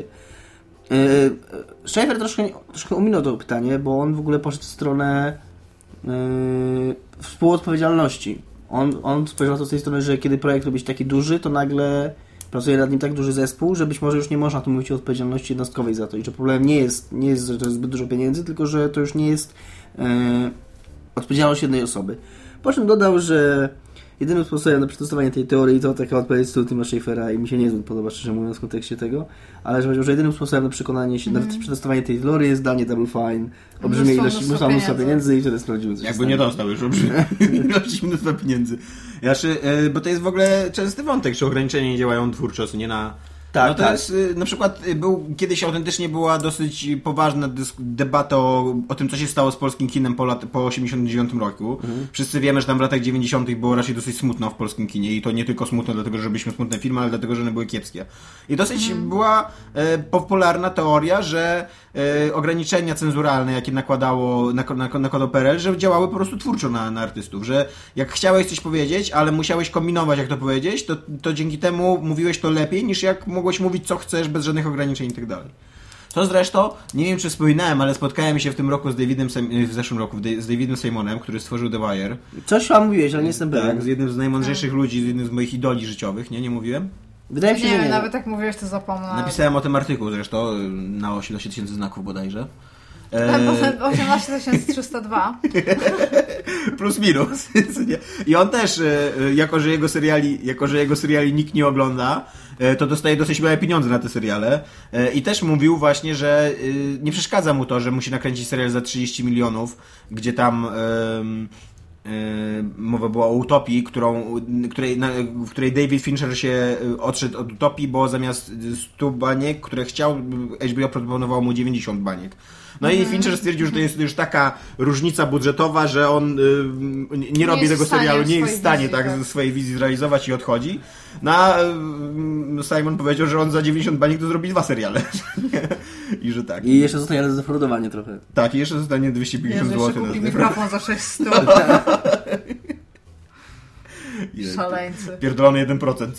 Schafer troszkę, troszkę ominął to pytanie, bo on w ogóle poszedł w stronę yy, współodpowiedzialności. On, on spojrzał na to z tej strony, że kiedy projekt robi się taki duży, to nagle pracuje nad nim tak duży zespół, że być może już nie można tu mówić o odpowiedzialności jednostkowej za to i że problem nie jest, nie jest, że to jest zbyt dużo pieniędzy, tylko że to już nie jest yy, odpowiedzialność jednej osoby. Po czym dodał, że jedynym sposobem na przetestowanie tej teorii to taka odpowiedź z Tima Schafera i mi się niezbyt podoba, szczerze mówiąc, w kontekście tego, ale że, że jedynym sposobem na przekonanie się, mm. na przetestowanie tej teorii jest danie Double Fine, olbrzymie ilości, mnóstwo pieniędzy. pieniędzy i wtedy sprawdzimy, co się Jakby stanie. nie dostał już olbrzymie ilości mnóstwo pieniędzy. Ja, czy, bo to jest w ogóle częsty wątek, czy ograniczenia nie działają twórczo, nie na... Tak, no to tak. jest, na przykład był, kiedyś autentycznie była dosyć poważna dysk- debata o, o tym, co się stało z polskim kinem po, lat, po osiemdziesiątym dziewiątym roku. Mhm. Wszyscy wiemy, że tam w latach dziewięćdziesiątych było raczej dosyć smutno w polskim kinie i to nie tylko smutno dlatego, że robiliśmy smutne filmy, ale dlatego, że one były kiepskie. I dosyć mhm. była e, popularna teoria, że e, ograniczenia cenzuralne, jakie nakładało, nak- nak- nakładał P R L, że działały po prostu twórczo na, na artystów, że jak chciałeś coś powiedzieć, ale musiałeś kombinować, jak to powiedzieć, to, to dzięki temu mówiłeś to lepiej, niż jak mogłeś mówić, co chcesz, bez żadnych ograniczeń i tak dalej. To zresztą, nie wiem czy wspominałem, ale spotkałem się w tym roku z Davidem, w zeszłym roku z Davidem Simonem, który stworzył The Wire. Coś wam mówiłeś, ale nie jestem pewien. Tak, z jednym z najmądrzejszych tak. ludzi, z jednym z moich idoli życiowych, nie? Nie mówiłem? Wydaje mi się, nie, że nie. nawet jak mówiłeś, to zapomniałem. Napisałem o tym artykuł zresztą, na osiemnaście tysięcy znaków bodajże. osiemnaście tysięcy trzysta dwa Plus minus. I on też, jako że jego seriali, jako że jego seriali nikt nie ogląda, to dostaje dosyć małe pieniądze na te seriale. I też mówił właśnie, że nie przeszkadza mu to, że musi nakręcić serial za trzydzieści milionów, gdzie tam mowa była o utopii, którą, której, na, w której David Fincher się odszedł od utopii, bo zamiast stu baniek, które chciał, H B O proponowało mu dziewięćdziesiąt baniek. No mm. i Fincher stwierdził, że to jest już taka różnica budżetowa, że on y, nie, nie robi tego serialu, nie jest w stanie wizji, tak, tak swojej wizji zrealizować i odchodzi. No a y, Simon powiedział, że on za dziewięćdziesiąt baniek to zrobi dwa seriale. I że tak. I jeszcze zostanie zdefraudowanie trochę. Tak, i jeszcze zostanie dwieście pięćdziesiąt złotych. Jeszcze kupi mikrofon za sześćset. Szaleńcy. Pierdolony jeden procent.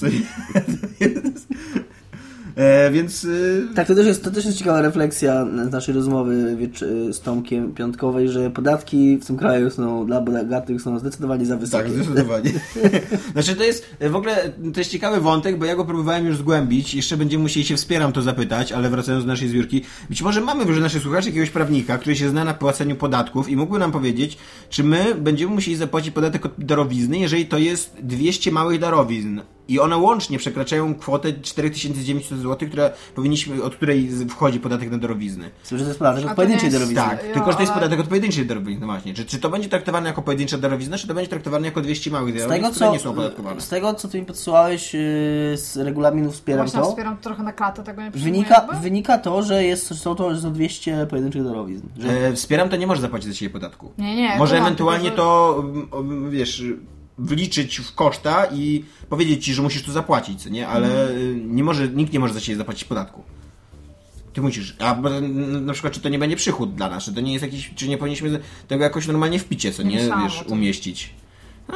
E, więc... Y... Tak, to też, jest, to też jest ciekawa refleksja naszej rozmowy wiecz- z Tomkiem piątkowej, że podatki w tym kraju są dla bogatych są zdecydowanie za wysokie. Tak, zdecydowanie. Znaczy to jest w ogóle to jest ciekawy wątek, bo ja go próbowałem już zgłębić. Jeszcze będziemy musieli się wspieram to zapytać, ale wracając do naszej zbiórki, być może mamy wśród naszych słuchaczy jakiegoś prawnika, który się zna na płaceniu podatków i mógłby nam powiedzieć, czy my będziemy musieli zapłacić podatek od darowizny, jeżeli to jest dwieście małych darowizn. i one łącznie przekraczają kwotę cztery tysiące dziewięćset złotych, które powinniśmy, od której wchodzi podatek na darowizny. Słyszę, że to jest podatek od pojedynczej darowizny. Tak, jo, tylko że to jest podatek od pojedynczej darowizny, no właśnie. Czy, czy to będzie traktowane jako pojedyncza darowizna, czy to będzie traktowane jako dwieście małych darowizn, które nie są opodatkowane? Z tego, co ty mi podsyłałeś yy, z regulaminu Wspieram Właśnie to, wspieram trochę na klatę, tego nie wynika, wynika to, że jest, są to są dwieście pojedynczych darowizn. Że... E, wspieram to nie może zapłacić za siebie podatku. Nie, nie. Może ewentualnie to, wiesz, wliczyć w koszta i powiedzieć ci, że musisz to zapłacić, co nie? Ale mm. nie może, nikt nie może za siebie zapłacić podatku. Ty musisz. A na przykład, czy to nie będzie przychód dla nas, czy to nie jest jakiś, czy nie powinniśmy tego jakoś normalnie w picie, co nie, nie wiesz, umieścić. No.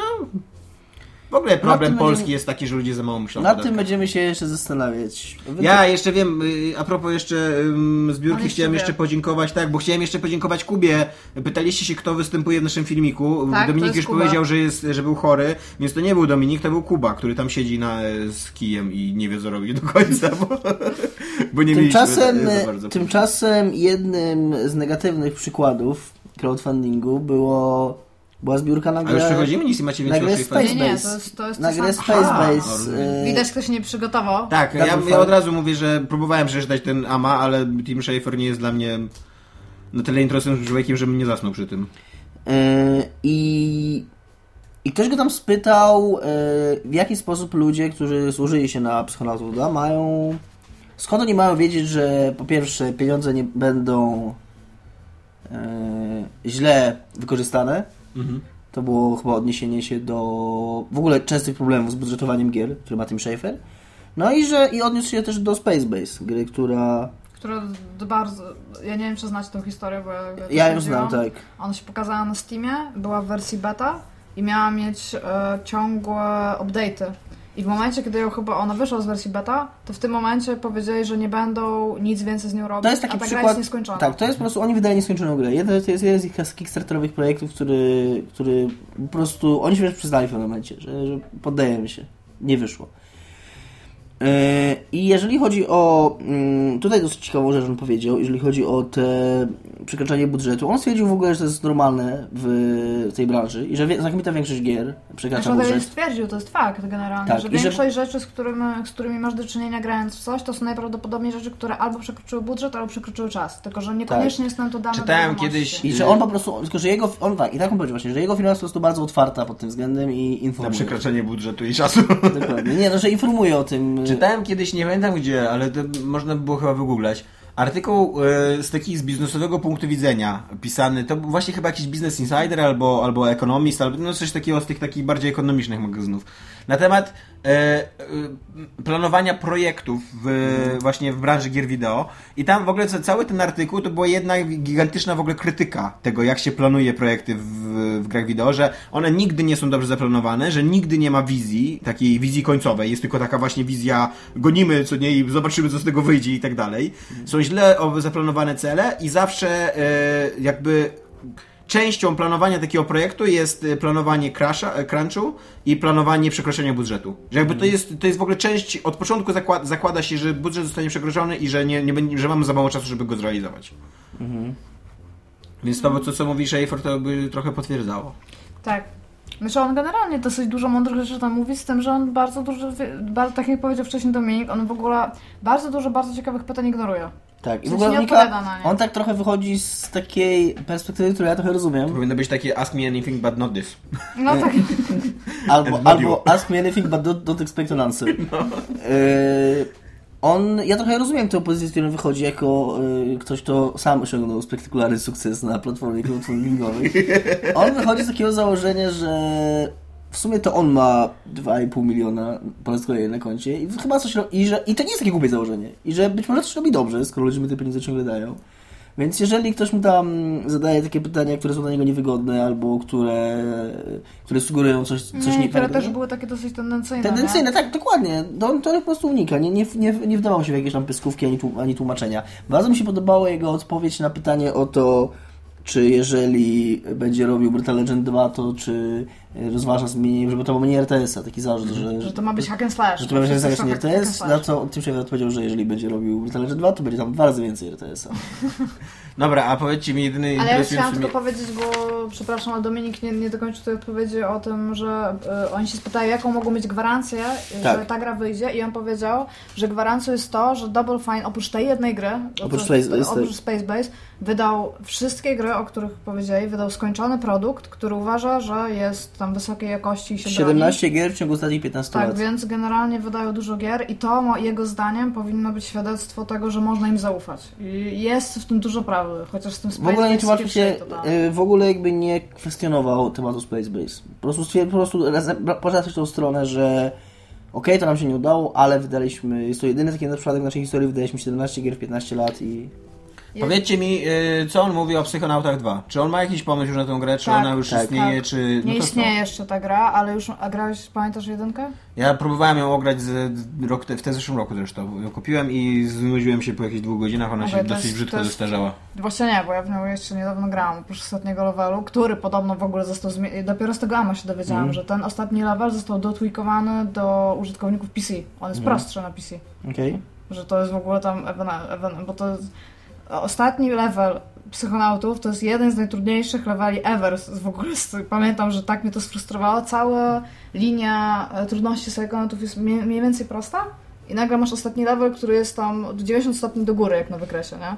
W ogóle problem Polski będziemy... jest taki, że ludzie za mało myślą. Nad tym będziemy się jeszcze zastanawiać. Wy... Ja jeszcze wiem, a propos jeszcze um, zbiórki, chciałem jeszcze podziękować, tak, bo chciałem jeszcze podziękować Kubie. Pytaliście się, kto występuje w naszym filmiku. Tak, Dominik już Kuba. powiedział, że, jest, że był chory, więc to nie był Dominik, to był Kuba, który tam siedzi na, z kijem i nie wie, co robi do końca, bo, bo nie tymczasem, mieliśmy za bardzo. Tymczasem jednym z negatywnych przykładów crowdfundingu było... Była zbiórka na grę... A już przechodzimy? Nic nie macie więcej na grę Space Base. Nie, nie, to jest, to jest na grę Space Base. Y... Widać, kto się nie przygotował. Tak, ja, ja od razu mówię, że próbowałem przeczytać ten A M A, ale Tim Schafer nie jest dla mnie na tyle interesującym człowiekiem, żebym nie zasnął przy tym. Yy, I... I ktoś go tam spytał, yy, w jaki sposób ludzie, którzy służyli się na Psychonauta, mają... Skąd oni mają wiedzieć, że po pierwsze pieniądze nie będą yy, źle wykorzystane. Mhm. To było chyba odniesienie się do w ogóle częstych problemów z budżetowaniem gier, który ma Tim Schafer. No i że i odniósł się też do Space Base, gry, która... Która bardzo... Ja nie wiem, czy znacie tą historię, bo ja... Ja ją znam, tak. Ona się pokazała na Steamie, była w wersji beta i miała mieć e, ciągłe update'y. I w momencie, kiedy ją chyba ona wyszła z wersji beta, to w tym momencie powiedzieli, że nie będą nic więcej z nią robić, to jest taki a ta przykład, gra jest nieskończona. Tak, to jest po prostu, oni wydali nieskończoną grę. Jeden, to jest jeden z ich kickstarterowych projektów, który, który po prostu, oni się już przyznali w pewnym momencie, że, że poddajemy się. Nie wyszło. I jeżeli chodzi o... Tutaj dosyć ciekawą rzecz on powiedział, jeżeli chodzi o te przekraczanie budżetu. On stwierdził w ogóle, że to jest normalne w tej branży i że znakomita większość gier przekracza znaczy, budżet. On stwierdził, to jest fakt generalnie, tak, że większość że... rzeczy, z którymi, z którymi masz do czynienia grając w coś, to są najprawdopodobniej rzeczy, które albo przekroczyły budżet, albo przekroczyły czas. Tylko, że niekoniecznie tak. jest nam to dane. Czytałem kiedyś... I że on po prostu... Tylko, że jego... On tak, i tak on powiedział właśnie, że jego firma jest po prostu bardzo otwarta pod tym względem i informuje. Na przekraczanie budżetu i czasu. Dokładnie. Nie, no, że informuje o tym. Czytałem kiedyś, nie pamiętam gdzie, ale to można by było chyba wygooglać. Artykuł yy, z takiego z biznesowego punktu widzenia pisany, to był właśnie chyba jakiś Business Insider albo, albo Economist, albo no coś takiego z tych takich bardziej ekonomicznych magazynów. Na temat yy, yy, planowania projektów w, mm. właśnie w branży gier wideo. I tam w ogóle cały ten artykuł to była jedna gigantyczna w ogóle krytyka tego, jak się planuje projekty w, w grach wideo, że one nigdy nie są dobrze zaplanowane, że nigdy nie ma wizji, takiej wizji końcowej, jest tylko taka właśnie wizja, gonimy co nie i zobaczymy, co z tego wyjdzie i tak dalej. Są źle zaplanowane cele i zawsze yy, jakby częścią planowania takiego projektu jest planowanie crasha, crunchu i planowanie przekroczenia budżetu. Że jakby to jest, to jest w ogóle część, od początku zakłada, zakłada się, że budżet zostanie przekroczony i że, nie, nie będzie, że mamy za mało czasu, żeby go zrealizować. Mhm. Więc to, co, co mówi Schafer, to by trochę potwierdzało. Tak. Znaczy on generalnie dosyć dużo mądrych rzeczy tam mówi, z tym, że on bardzo dużo, bardzo, tak jak powiedział wcześniej Dominik, on w ogóle bardzo dużo bardzo ciekawych pytań ignoruje. Tak, i w w ogóle Monika, on tak trochę wychodzi z takiej perspektywy, którą ja trochę rozumiem. To powinno być takie ask me anything but not this. No tak. albo, albo ask me anything but don't, don't expect an answer. No. Y- on, ja trochę rozumiem tę pozycję, z którą wychodzi jako y, ktoś, kto sam osiągnął spektakularny sukces na platformie crowdfundingowej. On wychodzi z takiego założenia, że w sumie to on ma dwa i pół miliona po raz kolejny na koncie i chyba coś robi, i, że, i to nie jest takie głupie założenie. I że być może coś robi dobrze, skoro ludzie mu te pieniądze ciągle dają. Więc jeżeli ktoś mu tam zadaje takie pytania, które są dla niego niewygodne, albo które, które sugerują coś, coś nie, które też były takie dosyć tendencyjne. Tendencyjne, nie? tak, dokładnie. To, to po prostu unika. Nie, nie, nie, nie wdawał się w jakieś tam pyskówki ani, tłum, ani tłumaczenia. Bardzo mi się podobała jego odpowiedź na pytanie o to, czy jeżeli będzie robił Brutal Legend dwa, to czy rozważa zmienienie, żeby to było mniej R T S a, taki zarzut, że... Że to ma być hack and slash. Że to ma być hack and slash, nie R T S, na co Tim Schafer odpowiedział, że jeżeli będzie robił Brutal Legend dwa, to będzie tam dwa razy więcej R T S a. Dobra, a powiedzcie mi jedyny... Ale ja chciałam tylko powiedzieć, bo przepraszam, ale Dominik nie, nie dokończył tej odpowiedzi o tym, że y, oni się spytają, jaką mogą mieć gwarancję, tak. że ta gra wyjdzie i on powiedział, że gwarancją jest to, że Double Fine oprócz tej jednej gry, oprócz, to, Space, oprócz Space Base, wydał wszystkie gry, o których powiedzieli, wydał skończony produkt, który uważa, że jest tam wysokiej jakości i się siedemnaście broni. gier w ciągu ostatnich piętnastu tak, lat. Tak, więc generalnie wydają dużo gier i to jego zdaniem powinno być świadectwo tego, że można im zaufać. I jest w tym dużo prawdy, chociaż z tym Space W ogóle nie tłumaczył się, to w ogóle jakby nie kwestionował tematu Space Base. Po prostu stwierdził, po prostu poszedł w tą stronę, że okej, okay, to nam się nie udało, ale wydaliśmy, jest to jedyny taki przypadek w naszej historii, wydaliśmy siedemnaście gier w piętnaście lat i... Powiedzcie mi, co on mówi o Psychonautach dwa? Czy on ma jakiś pomysł już na tę grę? Czy tak, ona już tak, istnieje? Tak. Czy... No nie to istnieje co? jeszcze ta gra, ale już... A grałeś, pamiętasz jedynkę? Ja próbowałem ją ograć z rok, w tym zeszłym roku zresztą. Ją kupiłem i znudziłem się po jakichś dwóch godzinach. Ona okay, się dosyć jest, brzydko jest... zestarzała. Właśnie nie, bo ja w nią jeszcze niedawno grałam, oprócz ostatniego levelu, który podobno w ogóle został zmieniony. Dopiero z tego A M A się dowiedziałam, mm. że ten ostatni level został dotweakowany do użytkowników P C. On jest mm. prostszy na P C. Okej. Okay. Że to jest w ogóle tam... Bo to jest... Ostatni level Psychonautów to jest jeden z najtrudniejszych leveli ever. W ogóle pamiętam, że tak mnie to sfrustrowało. Cała linia trudności Psychonautów jest mniej więcej prosta i nagle masz ostatni level, który jest tam dziewięćdziesiąt stopni do góry, jak na wykresie, nie?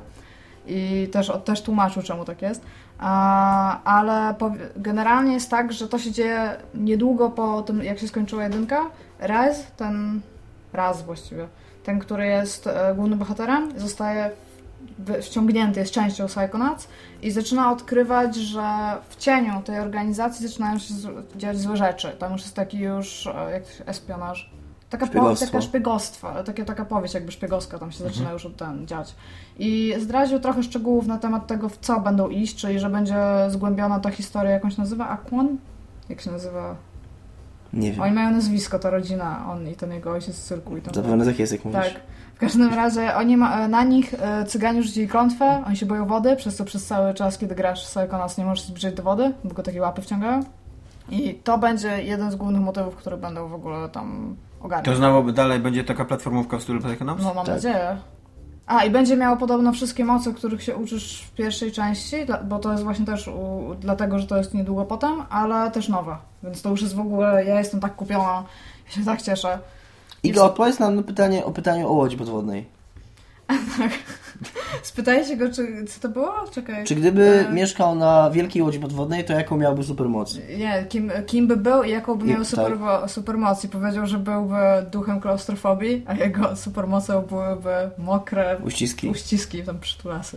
I też, też tłumaczył, czemu tak jest. A, ale po, generalnie jest tak, że to się dzieje niedługo po tym, jak się skończyła jedynka. Raz, ten... Raz właściwie. Ten, który jest e, głównym bohaterem, zostaje wciągnięty, jest częścią Psychonauts i zaczyna odkrywać, że w cieniu tej organizacji zaczynają się dziać złe rzeczy. Tam już jest taki już, jak to się, espionaż. Taka, po, taka szpiegostwa, taka, taka powieść jakby szpiegowska tam się mhm. zaczyna już ten dziać. I zdradził trochę szczegółów na temat tego, w co będą iść, czyli że będzie zgłębiona ta historia, jakąś nazywa Aquan? Jak się nazywa? Nie wiem. Oni mają nazwisko, ta rodzina, on i ten jego ojciec z cyrku. I tam zapewne tak jest, jak mówisz. Tak. W każdym razie oni ma, na nich cyganie rzucili klątwę, oni się boją wody, przez co przez cały czas, kiedy grasz w Psychonauts, nie możesz zbliżyć do wody, bo go takie łapy wciągają. I to będzie jeden z głównych motywów, które będą w ogóle tam ogarniać. To znowu dalej będzie taka platformówka w stylu Psychonauts? No mam tak. nadzieję. A, i będzie miało podobno wszystkie moce, których się uczysz w pierwszej części, bo to jest właśnie też u, dlatego, że to jest niedługo potem, ale też nowe. Więc to już jest w ogóle, ja jestem tak kupiona, ja się tak cieszę. Iga, odpowiedz nam na pytanie o pytanie o łodzi podwodnej. Tak. Spytajcie go, czy, co to było? Czekaj. Czy gdyby e... mieszkał na wielkiej łodzi podwodnej, to jaką miałby supermoc? Nie, kim, kim by był i jaką by miał I, super, tak. supermoc. I powiedział, że byłby duchem klaustrofobii, a jego supermocą byłyby mokre uściski, uściski tam przytulasy.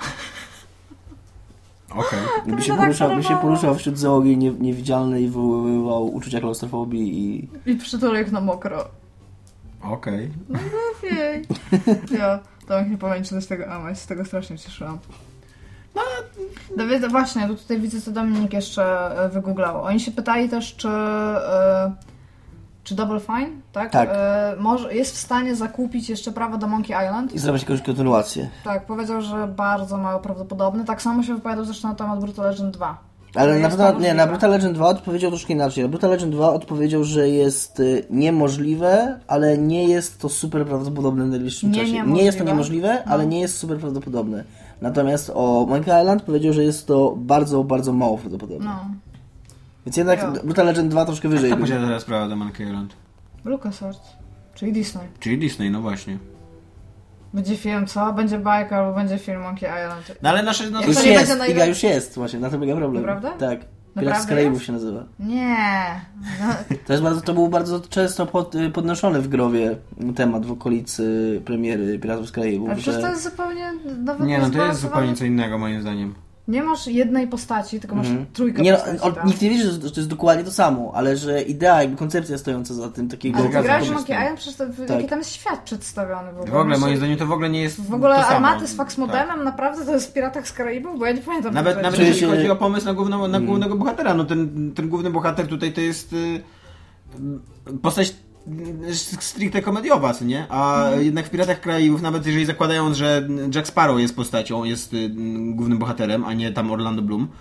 Okej. Okay. By się poruszał, by się poruszał wśród załogi nie, niewidzialnej i wywoływał uczucia klaustrofobii i... I przytulał ich na mokro. Okej. Okay. No lepiej. Ja, to nie powiem, czy z tego, a z tego strasznie cieszyłam. No, no właśnie, tutaj widzę, co Dominik jeszcze wygooglał. Oni się pytali też, czy e, czy Double Fine, tak? Tak. E, może, jest w stanie zakupić jeszcze prawa do Monkey Island. I zrobić jakąś kontynuację. Tak, powiedział, że bardzo mało prawdopodobne. Tak samo się wypowiadał zresztą na temat Brutal Legend dwa. Ale na, Brutal, nie, na Brutal Legend dwa odpowiedział troszkę inaczej. Na Brutal Legend dwa odpowiedział, że jest niemożliwe, ale nie jest to super prawdopodobne w najbliższym nie, czasie. Niemożliwe. Nie jest to niemożliwe, no. ale nie jest super prawdopodobne. Natomiast o Monkey Island powiedział, że jest to bardzo, bardzo mało prawdopodobne. No. Więc jednak jo. Brutal Legend dwa troszkę wyżej. Jak będzie teraz sprawa do Monkey Island? LucasArts. Czyli Disney. Czyli Disney, no właśnie. Będzie film, co? Będzie bajka albo będzie film Monkey Island. No ale nasze... No, już jest, na Iga już jest właśnie, na to mega problem. Naprawdę? Tak. Pirat z Karaibów się nazywa. Nie. No. To, jest bardzo, to był bardzo często pod, podnoszony w growie temat w okolicy premiery Piratów z Karaibów. Ale przecież że... to jest zupełnie... Nie, no to jest zupełnie co innego moim zdaniem. Nie masz jednej postaci, tylko masz mm. trójkę nie, postaci. No, nikt nie wie, że to jest dokładnie to samo, ale że idea, jakby koncepcja stojąca za tym takiego... Ale ty grasz w Monkey Island, przecież to, tak. jaki tam jest świat przedstawiony w ogóle. W ogóle, moim zdaniem to w ogóle nie jest W ogóle to armaty samo. z Fax Modemem, tak. naprawdę to jest w Piratach z Karaibów, bo ja nie pamiętam. Nawet, nawet jeśli się... chodzi o pomysł na, główną, na mm. głównego bohatera, no ten, ten główny bohater tutaj to jest y, postać stricte komediowa, co nie? A mm. jednak w Piratach Karaibów, nawet jeżeli zakładają, że Jack Sparrow jest postacią, jest y, głównym bohaterem, a nie tam Orlando Bloom,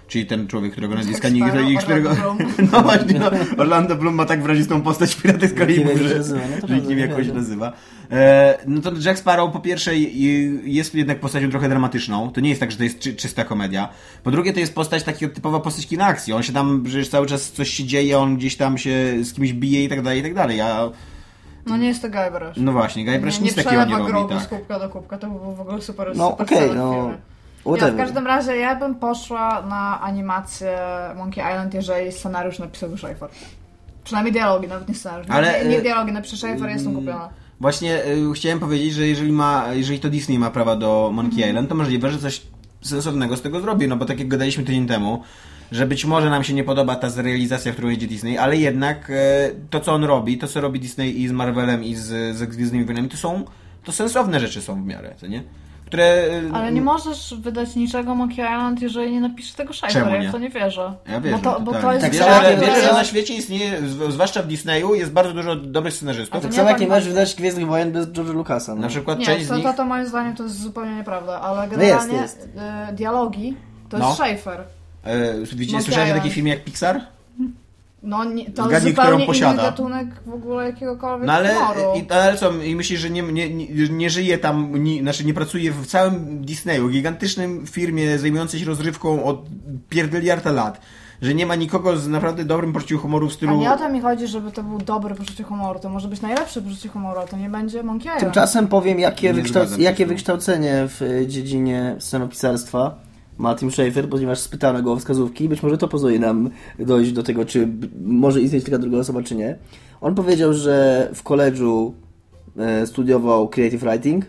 czyli ten człowiek, którego nazwiska nikt i którego... No właśnie, no, Orlando Bloom ma tak wyrazistą postać w Piratach z Karibu, że, że nikt nie wie, jak się nazywa. E, no to Jack Sparrow po pierwsze jest jednak postacią trochę dramatyczną. To nie jest tak, że to jest czy, czysta komedia. Po drugie to jest postać, taka typowa postać kina akcji. On się tam, przecież cały czas coś się dzieje, on gdzieś tam się z kimś bije i tak dalej, i tak dalej. Ja... No nie jest to Guybrush. No właśnie, Guybrush nic takiego nie robi. Nie tak. z kubka do kubka, to był w ogóle super. No okej, okay, no... Ja, w każdym razie ja bym poszła na animację Monkey Island, jeżeli scenariusz napisałby Schafer. Przynajmniej dialogi, nawet nie scenariusz. Ale, nie, nie dialogi, napisze Schafer, ja jestem kupiona. Właśnie y, chciałem powiedzieć, że jeżeli ma, jeżeli to Disney ma prawa do Monkey Island, to możliwe, że coś sensownego z tego zrobi, no bo tak jak gadaliśmy tydzień temu, że być może nam się nie podoba ta zrealizacja, w którą jedzie Disney, ale jednak y, to, co on robi, to, co robi Disney i z Marvelem i z, z Gwiezdnymi Wojnami, to są, to sensowne rzeczy są w miarę, co nie? Które... Ale nie możesz wydać niczego Monkey Island, jeżeli nie napiszesz tego Schafer, ja w to nie wierzę. Ja wierzę, bo to, bo to jest tak, że, wiesz, że na świecie istnieje, zwłaszcza w Disneyu, jest bardzo dużo dobrych scenarzystów. Tak samo jak nie możesz wydać Gwiezdnych Wojen bez George'a Lucasa. No. Na przykład nie, część to, z nich... to, to moim zdaniem to jest zupełnie nieprawda, ale generalnie no jest, jest. Y, dialogi to no. jest Schafer. E, widzicie, słyszałeś o takim filmie jak Pixar? No nie, to Zgadnij, zupełnie którą posiada. inny gatunek w ogóle jakiegokolwiek no ale, humoru. I, ale co, i myślisz, że nie, nie, nie, nie żyje tam, nie, znaczy nie pracuje w całym Disneyu, gigantycznym firmie zajmującej się rozrywką od pierdyliarda lat, że nie ma nikogo z naprawdę dobrym poczuciem humoru w stylu... A nie o to mi chodzi, żeby to był dobry poczucie humoru, to może być najlepsze poczucie humoru, a to nie będzie Monkey Island. Tymczasem powiem, jakie, wykształc- jakie wykształcenie w dziedzinie scenopisarstwa ma Tim Schafer, ponieważ spytano go o wskazówki. Być może to pozwoli nam dojść do tego, czy może istnieć taka druga osoba, czy nie. On powiedział, że w koledżu e, studiował creative writing.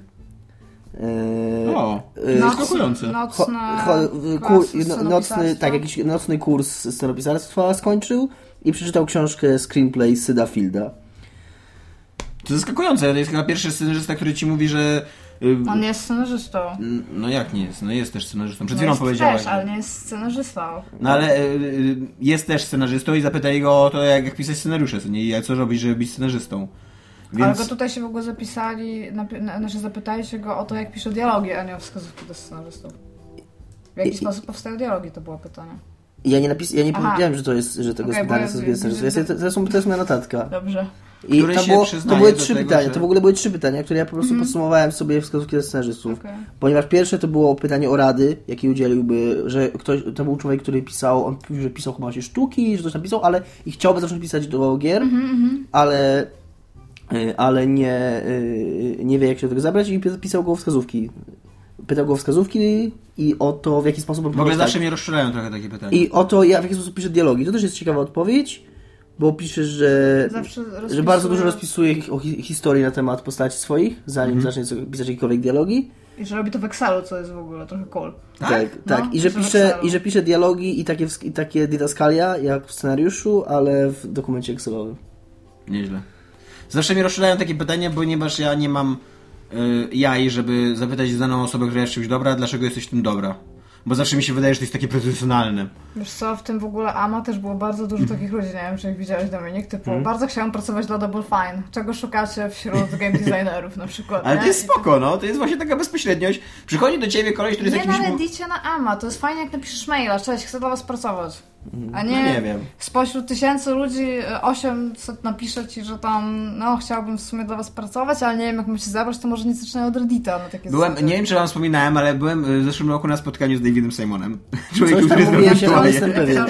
E, o, zaskakujące. E, nocny, no, nocny, tak, jakiś nocny kurs scenopisarstwa skończył i przeczytał książkę Screenplay Syda Fielda. To zaskakujące. To jest chyba pierwszy scenarzysta, który ci mówi, że on nie jest scenarzystą. No jak nie jest? No jest też scenarzystą. Przed no chwilą powiedziałeś. Też, ale nie jest scenarzystą. No ale y, jest też scenarzystą i zapytaj go o to, jak, jak pisać scenariusze, nie? Jak co robić, żeby być scenarzystą. Więc... Ale go tutaj się w ogóle zapisali, znaczy zapytali się go o to, jak pisze dialogi, a nie o wskazówki do scenarzystów. W jaki I, sposób powstają dialogi, to było pytanie. Ja nie, napis- ja nie powiedziałem, że to jest, że tego okay, pytania jest scenarzystów. To, to, to jest moja notatka. Dobrze. I to, było, to były trzy tego, pytania, że... to w ogóle były trzy pytania, które ja po prostu mm. podsumowałem sobie wskazówki do scenarzystów. Okay. Ponieważ pierwsze to było pytanie o rady, jakie udzieliłby, że ktoś, to był człowiek, który pisał, on że pisał chyba się sztuki, że coś napisał, ale i chciałby zacząć pisać do gier, mm-hmm. ale, ale nie, nie wie, jak się do tego zabrać i pisał go o wskazówki. Pytał go o wskazówki i o to, w jaki sposób... W ogóle zawsze mnie rozczulają trochę takie pytania. I o to, ja w jaki sposób piszę dialogi. To też jest ciekawa odpowiedź, bo piszesz, że, że bardzo dużo rozpisuje o hi- historii na temat postaci swoich, zanim mm-hmm. zacznie pisać jakiekolwiek dialogi. I że robi to w Excelu, co jest w ogóle trochę cool. Tak, tak. No, tak. I, że pisze, I że pisze dialogi i takie, i takie didaskalia, jak w scenariuszu, ale w dokumencie Excelowym. Nieźle. Zawsze mnie rozczulają takie pytania, ponieważ ja nie mam y, jaj, żeby zapytać znaną osobę, która jest czymś dobra, dlaczego jesteś tym dobra. Bo zawsze mi się wydaje, że to jest takie profesjonalne. Wiesz co, w tym w ogóle A M A też było bardzo dużo takich ludzi, nie wiem, czy jak widziałeś, Dominik, typu mm. bardzo chciałam pracować dla Double Fine. Czego szukacie wśród game designerów na przykład? Ale nie? To jest spoko, no. To jest właśnie taka bezpośredniość. Przychodzi do ciebie koleś, który jest nie jakimś... Nie na Reddicie, na A M A. To jest fajnie, jak napiszesz maila. Cześć, chcę dla was pracować. A nie, no nie wiem. Spośród tysięcy ludzi osiemset napisze ci, że tam no chciałbym w sumie dla was pracować, ale nie wiem jak mam się zabrać, to może nie zaczynają od Reddita na takie byłem, zasady. Nie wiem czy wam wspominałem, ale byłem w zeszłym roku na spotkaniu z Davidem Simonem. Człowiekiem, który zrobił się, ale jestem pewien.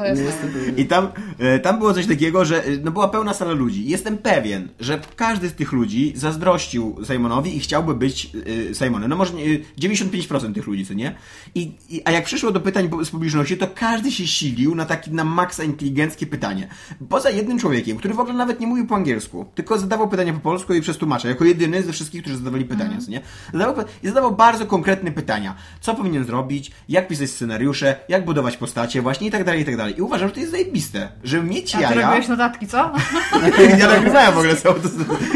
I tam, tam było coś takiego, że no była pełna sala ludzi. Jestem pewien, że każdy z tych ludzi zazdrościł Simonowi i chciałby być y, Simonem. No może y, dziewięćdziesiąt pięć procent tych ludzi, co nie? I, i, a jak przyszło do pytań z publiczności, to każdy się silił na taki na maksa inteligenckie pytanie. Poza jednym człowiekiem, który w ogóle nawet nie mówił po angielsku, tylko zadawał pytania po polsku i przez tłumacza, jako jedyny ze wszystkich, którzy zadawali pytania, mm. nie? Zadawał, I zadawał bardzo konkretne pytania. Co powinien zrobić, jak pisać scenariusze, jak budować postacie, właśnie i tak dalej, i tak dalej. I uważam, że to jest zajebiste, żeby mieć jaja... A ty robiłeś notatki, co? Ja nagrywałem w ogóle całą to...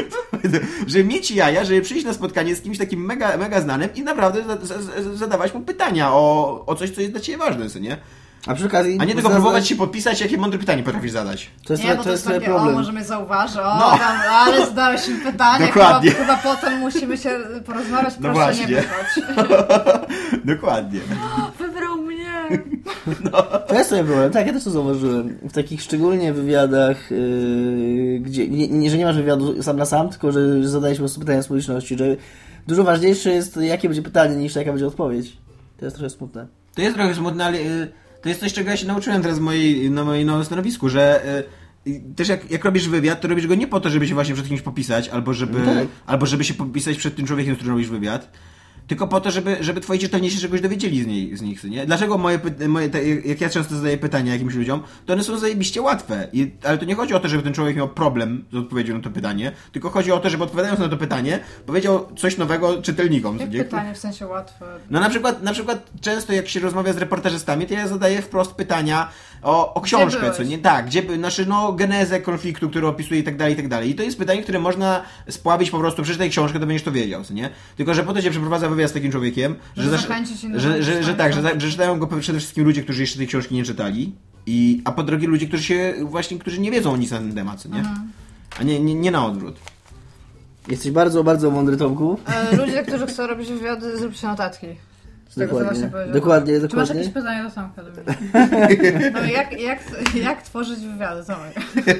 Żeby mieć jaja, żeby przyjść na spotkanie z kimś takim mega, mega znanym i naprawdę za, za, zadawać mu pytania o, o coś, co jest dla ciebie ważne, co nie? A przy okazji... A nie tylko próbować się podpisać, jakie mądre pytanie potrafisz zadać. To jest, nie, to, bo to jest, to jest takie, problem. O, może mnie zauważy, o, no. tam, ale zadałeś mi pytanie, Dokładnie. Chyba, chyba potem musimy się porozmawiać, no proszę właśnie. nie wychodź. Dokładnie. Wybrał mnie. No. To jest sobie problem. Tak, ja też to zauważyłem. W takich szczególnie wywiadach, yy, gdzie nie, nie, że nie masz wywiadu sam na sam, tylko że, że zadajesz po prostu pytania społeczności, że dużo ważniejsze jest, jakie będzie pytanie, niż jaka będzie odpowiedź. To jest trochę smutne. To jest trochę smutne, ale yy, to jest coś, czego ja się nauczyłem teraz mojej, na moim nowym stanowisku, że yy, też jak, jak robisz wywiad, to robisz go nie po to, żeby się właśnie przed kimś popisać, albo żeby, no tak. albo żeby się popisać przed tym człowiekiem, z którym robisz wywiad. Tylko po to, żeby, żeby twoi czytelnicy się czegoś dowiedzieli z, niej, z nich, nie? Dlaczego moje, moje te, jak ja często zadaję pytania jakimś ludziom, to one są zajebiście łatwe. I, ale to nie chodzi o to, żeby ten człowiek miał problem z odpowiedzią na to pytanie, tylko chodzi o to, żeby odpowiadając na to pytanie, powiedział coś nowego czytelnikom. Jak pytanie w sensie łatwe? No na przykład, na przykład często jak się rozmawia z reportażystami, to ja zadaję wprost pytania o, o książkę, co nie? Tak, gdzie, znaczy no genezę konfliktu, który opisuje i tak dalej, i tak dalej. I to jest pytanie, które można spławić po prostu, przeczytaj książkę, to będziesz to wiedział, co nie? Tylko, że po to się przeprowadza wywiad z takim człowiekiem, że, że, że, że, że, że tak, że, że czytają go przede wszystkim ludzie, którzy jeszcze tej książki nie czytali, i, a po drugie ludzie, którzy się właśnie, którzy nie wiedzą nic na ten temat, co nie? Mhm. A nie, nie, nie na odwrót. Jesteś bardzo, bardzo mądry, Tomku. E, ludzie, którzy chcą robić wywiady, zróbcie notatki. Z tego, dokładnie. co właśnie dokładnie, Czy dokładnie. masz jakieś pytania do Tomka? No, jak, jak, jak tworzyć wywiady, Tomek?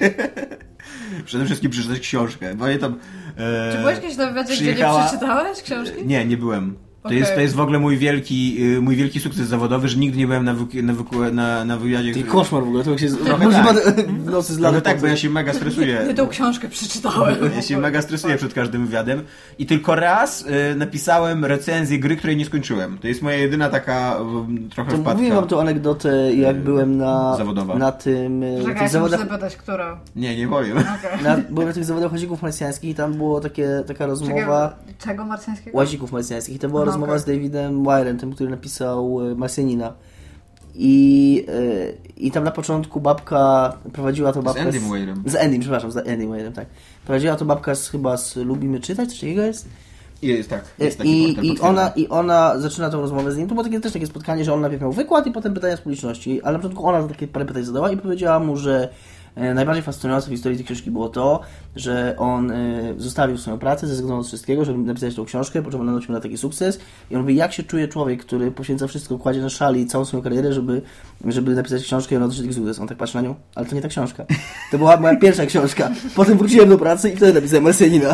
Przede wszystkim przeczytać książkę. Pamiętam, e, Czy byłeś kiedyś na wywiadzie, przyjechała... gdzie nie przeczytałeś książki? Nie, nie byłem. To, okay. jest, to jest w ogóle mój wielki, mój wielki sukces zawodowy, że nigdy nie byłem na, wy, na, wy, na, na wywiadzie. Ty koszmar w ogóle, to jak się trochę tak. w nocy z no tak, bo ja się mega stresuję. Ty tą książkę przeczytałem. Ja się mega stresuję przed każdym wywiadem i tylko raz y, napisałem recenzję gry, której nie skończyłem. To jest moja jedyna taka y, trochę to wpadka. Mówiłem wam tą anegdotę, jak byłem na, Zawodowa. na tym... Czekaj, tych ja zawodach... muszę zapytać, która. Nie, nie powiem. Okay. Na, byłem na tych zawodach łazików marsjańskich i tam było takie, taka rozmowa... Czekaj, czego marsjańskiego? Łazików marsjańskich. I to była Aha, rozmowa okay. z Davidem Wyrem, tym, który napisał Marsjanina. I, yy, I tam na początku babka prowadziła to babka... Z Andym Wyrem. Z Andym, przepraszam, z Andym Wyrem, tak. Prowadziła to babka z, chyba z Lubimy Czytać, coś takiego jest? Jest, tak. Jest taki I, i, ona, I ona zaczyna tą rozmowę z nim. To było takie, też takie spotkanie, że on najpierw miał wykład i potem pytania z publiczności, ale na początku ona takie parę pytań zadała i powiedziała mu, że e, najbardziej fascynujące w historii tej książki było to, że on e, zostawił swoją pracę, zrezygnował z wszystkiego, żeby napisać tą książkę, po czym ona osiągnęła taki sukces. I on mówi, jak się czuje człowiek, który poświęca wszystko, kładzie na szali całą swoją karierę, żeby, żeby napisać książkę i ona odniesie taki sukces. On tak patrzy na nią, ale to nie ta książka. To była moja pierwsza książka. Potem wróciłem do pracy i wtedy napisałem Marsjanina.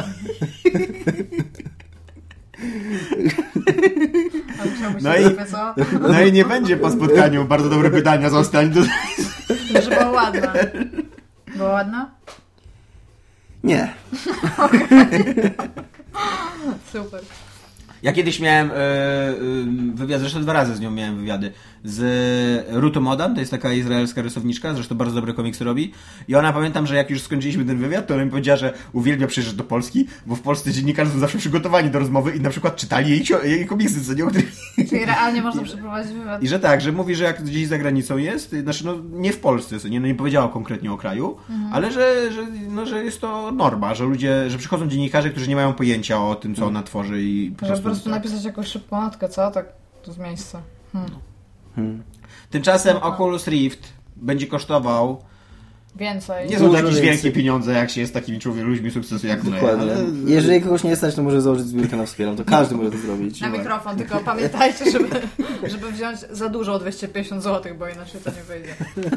No i, no i nie będzie po spotkaniu bardzo dobre pytania, zostań. Że była ładna. Była ładna? Nie. Super. Ja kiedyś miałem e, wywiad, zresztą dwa razy z nią miałem wywiady, z Ruto Modan, to jest taka izraelska rysowniczka, zresztą bardzo dobre komiksy robi. I ona, pamiętam, że jak już skończyliśmy ten wywiad, to ona mi powiedziała, że uwielbia przyjeżdżać do Polski, bo w Polsce dziennikarze są zawsze przygotowani do rozmowy i na przykład czytali jej, jej komiksy, co nie? O których... Czyli realnie można przeprowadzić wywiad. I że tak, że mówi, że jak gdzieś za granicą jest, znaczy no nie w Polsce, co nie, no nie powiedziała konkretnie o kraju, mhm. ale że, że, no, że jest to norma, że ludzie, że przychodzą dziennikarze, którzy nie mają pojęcia o tym, co ona tworzy i po prostu... Po prostu tak. Napisać jakąś szybką notkę, co? Tak, to z miejsca. Hmm. Hmm. Tymczasem Oculus Rift będzie kosztował więcej. Nie są to jakieś wielkie pieniądze, jak się jest takimi człowiekami, ludźmi sukcesu jak my. Ale... Jeżeli kogoś nie stać, to może założyć zbiórkę na Wspieram. To każdy może to zrobić. Na mikrofon, tylko pamiętajcie, żeby, żeby wziąć za dużo o dwieście pięćdziesiąt złotych, bo inaczej to nie wyjdzie.